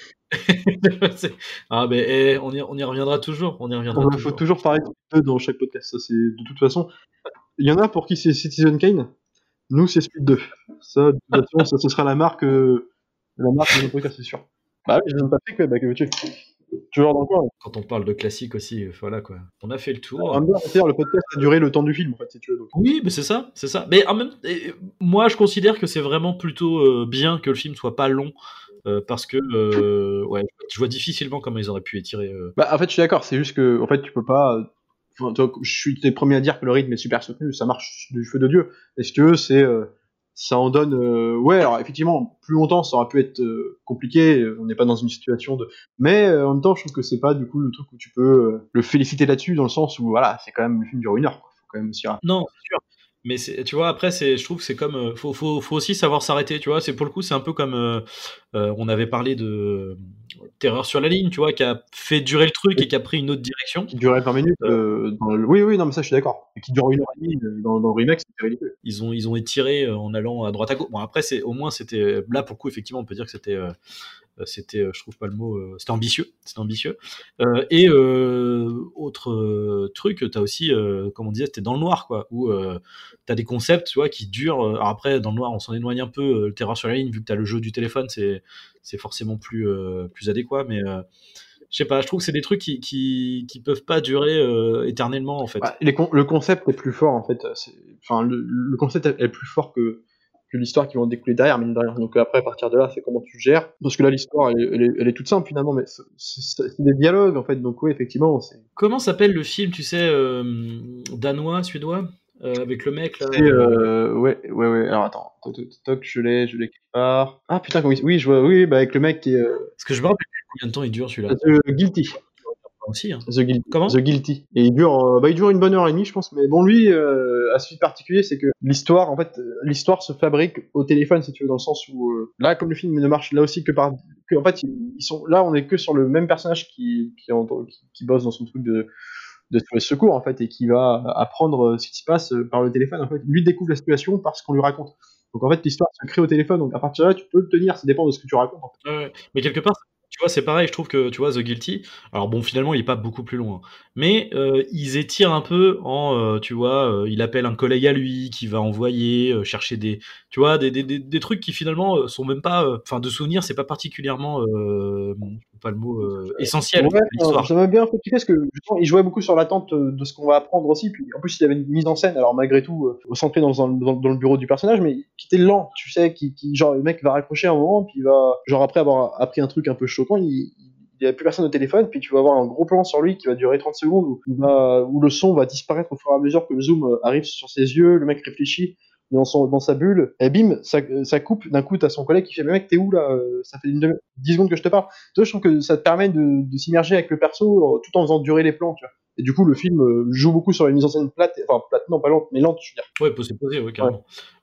C'est- ah, mais eh, on, y, on y reviendra toujours. On y reviendra Il faut toujours. toujours parler de Speed deux dans chaque podcast. Ça, c'est de toute façon. Il y en a pour qui c'est Citizen Kane. Nous, c'est Speed deux. Ça, de toute façon, ça, ce sera la marque, euh, la marque de notre podcast, c'est sûr. Bah oui, je donne pas fait, quoi, bah que veux-tu. Toujours dans le coin. Quand on parle de classique aussi, euh, voilà quoi. On a fait le tour. En même temps, c'est-à-dire, le podcast a duré le temps du film, en fait, si tu veux. Donc. Oui, mais c'est ça, c'est ça. Mais en même, et, moi, je considère que c'est vraiment plutôt euh, bien que le film soit pas long, euh, parce que euh, ouais, je vois difficilement comment ils auraient pu étirer. Euh... Bah, en fait, je suis d'accord. C'est juste que, en fait, tu peux pas. Enfin, toi, je suis le premier à dire que le rythme est super soutenu, ça marche du feu de Dieu. Et si tu veux, c'est, euh, ça en donne. Euh, ouais, alors effectivement, plus longtemps, ça aurait pu être euh, compliqué. On n'est pas dans une situation de. Mais euh, en même temps, je trouve que c'est pas du coup le truc où tu peux euh, le féliciter là-dessus, dans le sens où voilà, c'est quand même le film dure une heure. Quoi. Faut quand même aussi. Non, c'est sûr. Mais c'est, tu vois, après, c'est, je trouve que c'est comme, euh, faut, faut, faut aussi savoir s'arrêter, tu vois. C'est pour le coup, c'est un peu comme, euh, euh, on avait parlé de euh, Terreur sur la ligne, tu vois, qui a fait durer le truc et qui a pris une autre direction. Qui durait vingt minutes. Euh, dans le... Oui, oui, non, mais ça, je suis d'accord. Et qui dure une heure et demie dans, dans le remake, c'était ridicule. Ils ont, ils ont étiré euh, en allant à droite à gauche. Bon, après, c'est, au moins, c'était, là, pour le coup, effectivement, on peut dire que c'était, euh, c'était, euh, je trouve pas le mot, euh, c'était ambitieux, c'était ambitieux. Euh, et euh, autre euh, truc, t'as aussi, euh, comme on disait, c'était dans le noir, quoi, où euh, t'as des concepts, tu vois, qui durent. Euh, alors après, dans le noir, on s'en éloigne un peu. Euh, le Terreur sur la ligne, vu que t'as le jeu du téléphone, c'est, c'est forcément plus, euh, plus adéquat, mais euh, je sais pas, je trouve que c'est des trucs qui, qui, qui peuvent pas durer euh, éternellement, en fait. Bah, les con- le concept est plus fort, en fait. C'est... Enfin, le, le concept est plus fort que, que l'histoire qui va en découler derrière, mine de rien. Donc après, à partir de là, c'est comment tu gères. Parce que là, l'histoire, elle est, elle est, elle est toute simple, finalement, mais c'est, c'est, c'est des dialogues, en fait. Donc oui, effectivement, c'est... Comment s'appelle le film, tu sais, euh, danois, suédois, euh, avec le mec là C'est, euh... Ouais, ouais, ouais. Alors attends, toc, toc, toc, je l'ai, je l'ai quelque part. Ah putain, comment il... Oui, je vois, oui, bah avec le mec qui est... Euh... Parce que je me rappelle combien de temps il dure celui-là. The Guilty. Aussi, hein. The Guilty. Comment The Guilty. Et il dure, euh, bah, il dure une bonne heure et demie, je pense. Mais bon, lui, euh, à ce fait particulier, c'est que l'histoire, en fait, euh, l'histoire se fabrique au téléphone, si tu veux, dans le sens où euh, là, comme le film ne marche là aussi que par, que, en fait, ils, ils sont là, on est que sur le même personnage qui qui, qui, qui bosse dans son truc de de secours, en fait, et qui va apprendre ce qui se passe par le téléphone. En fait, lui découvre la situation parce qu'on lui raconte. Donc en fait, l'histoire se crée au téléphone. Donc à partir de là, tu peux le tenir. Ça dépend de ce que tu racontes. En fait. Ouais, mais quelque part, tu vois, c'est pareil, je trouve que, tu vois, The Guilty, alors bon, finalement, il est pas beaucoup plus loin, mais euh, ils étirent un peu en, euh, tu vois, euh, il appelle un collègue à lui qui va envoyer, euh, chercher des, tu vois, des, des, des, des trucs qui finalement euh, sont même pas, enfin, euh, de souvenirs, c'est pas particulièrement, euh, pas le mot, euh, essentiel ouais, à l'histoire. Ça m'a bien fait kiffer parce que justement, il jouait beaucoup sur l'attente de ce qu'on va apprendre aussi. Puis en plus, il y avait une mise en scène, alors malgré tout, euh, centrée dans, dans, dans le bureau du personnage, mais qui était lent, tu sais, qui, qui genre le mec va raccrocher à un moment, puis il va, genre après avoir appris un truc un peu choquant, il il n'y a plus personne au téléphone, puis tu vas avoir un gros plan sur lui qui va durer trente secondes, où, il va, où le son va disparaître au fur et à mesure que le zoom arrive sur ses yeux, le mec réfléchit dans, son, dans sa bulle, et bim, ça, ça coupe, d'un coup t'as son collègue qui fait « Mais mec, t'es où là? Ça fait une dix secondes que je te parle. » Toi, je trouve que ça te permet de, de s'immerger avec le perso tout en faisant durer les plans, tu vois. Et du coup, le film joue beaucoup sur les mises en scène plates, enfin plate, non pas lente, mais lente, je veux dire. Ouais, posé, posé, ouais, carrément. Ouais.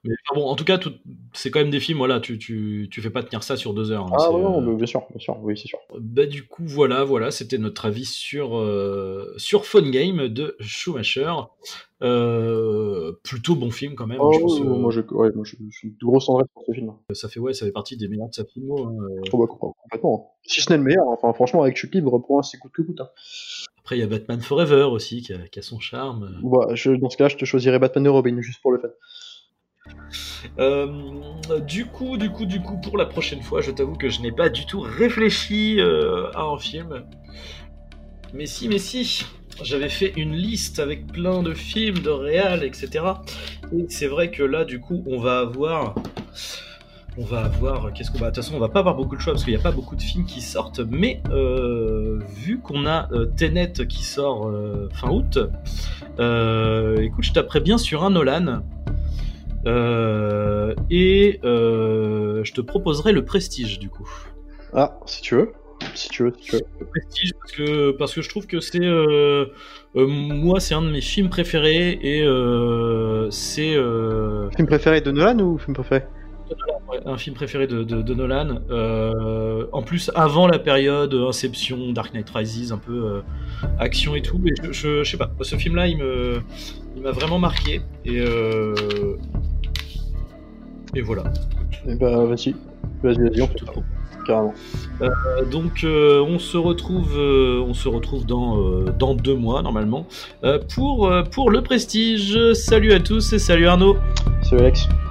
Mais enfin, bon, en tout cas, tout, c'est quand même des films, voilà, tu, tu, tu fais pas tenir ça sur deux heures. Hein, ah c'est, non, euh... bien sûr, bien sûr, oui, c'est sûr. Bah, du coup, voilà, voilà, c'était notre avis sur, euh, sur Phone Game de Schumacher. Euh, plutôt bon film quand même. Oh, je pense, oui, euh, moi, je, ouais, moi je, je suis une grosse tendresse pour ce film. Ça fait, ouais, ça fait partie des meilleurs de sa filmo. Hein. Oh, bah, complètement. Si ce n'est le meilleur, enfin, franchement, avec Chute Libre, pour moi, c'est coûte que coûte. Hein. Après, il y a Batman Forever aussi, qui a, qui a son charme. Bah, je, dans ce cas-là, je te choisirais Batman et Robin, juste pour le fait. Euh, du coup, du coup, du coup, pour la prochaine fois, je t'avoue que je n'ai pas du tout réfléchi euh, à un film. Mais si, mais si, j'avais fait une liste avec plein de films, de réals, et cetera. Et c'est vrai que là, du coup, on va avoir... On va avoir... Qu'est-ce qu'on va... De toute façon, on va pas avoir beaucoup de choix, parce qu'il n'y a pas beaucoup de films qui sortent. Mais euh, vu qu'on a euh, Tenet qui sort euh, fin août, euh, écoute, je taperais bien sur un Nolan. Euh, et euh, je te proposerai Le Prestige, du coup. Ah, si tu veux. Si tu veux, si tu veux. Le Prestige, parce que, parce que je trouve que c'est... Euh, euh, moi, c'est un de mes films préférés, et euh, c'est... Euh... Film préféré de Nolan ou film préféré ? Ouais, un film préféré de, de, de Nolan. Euh, en plus, avant la période Inception, Dark Knight Rises, un peu euh, action et tout. Mais je, je, je sais pas, ce film-là, il me, il m'a vraiment marqué. Et, euh, et voilà. Et bah, vas-y. Vas-y, vas-y, on fait ça. Carrément. Euh, donc, euh, on se retrouve, euh, on se retrouve dans, euh, dans deux mois, normalement, euh, pour, euh, pour Le Prestige. Salut à tous et salut Arnaud. Salut Alex.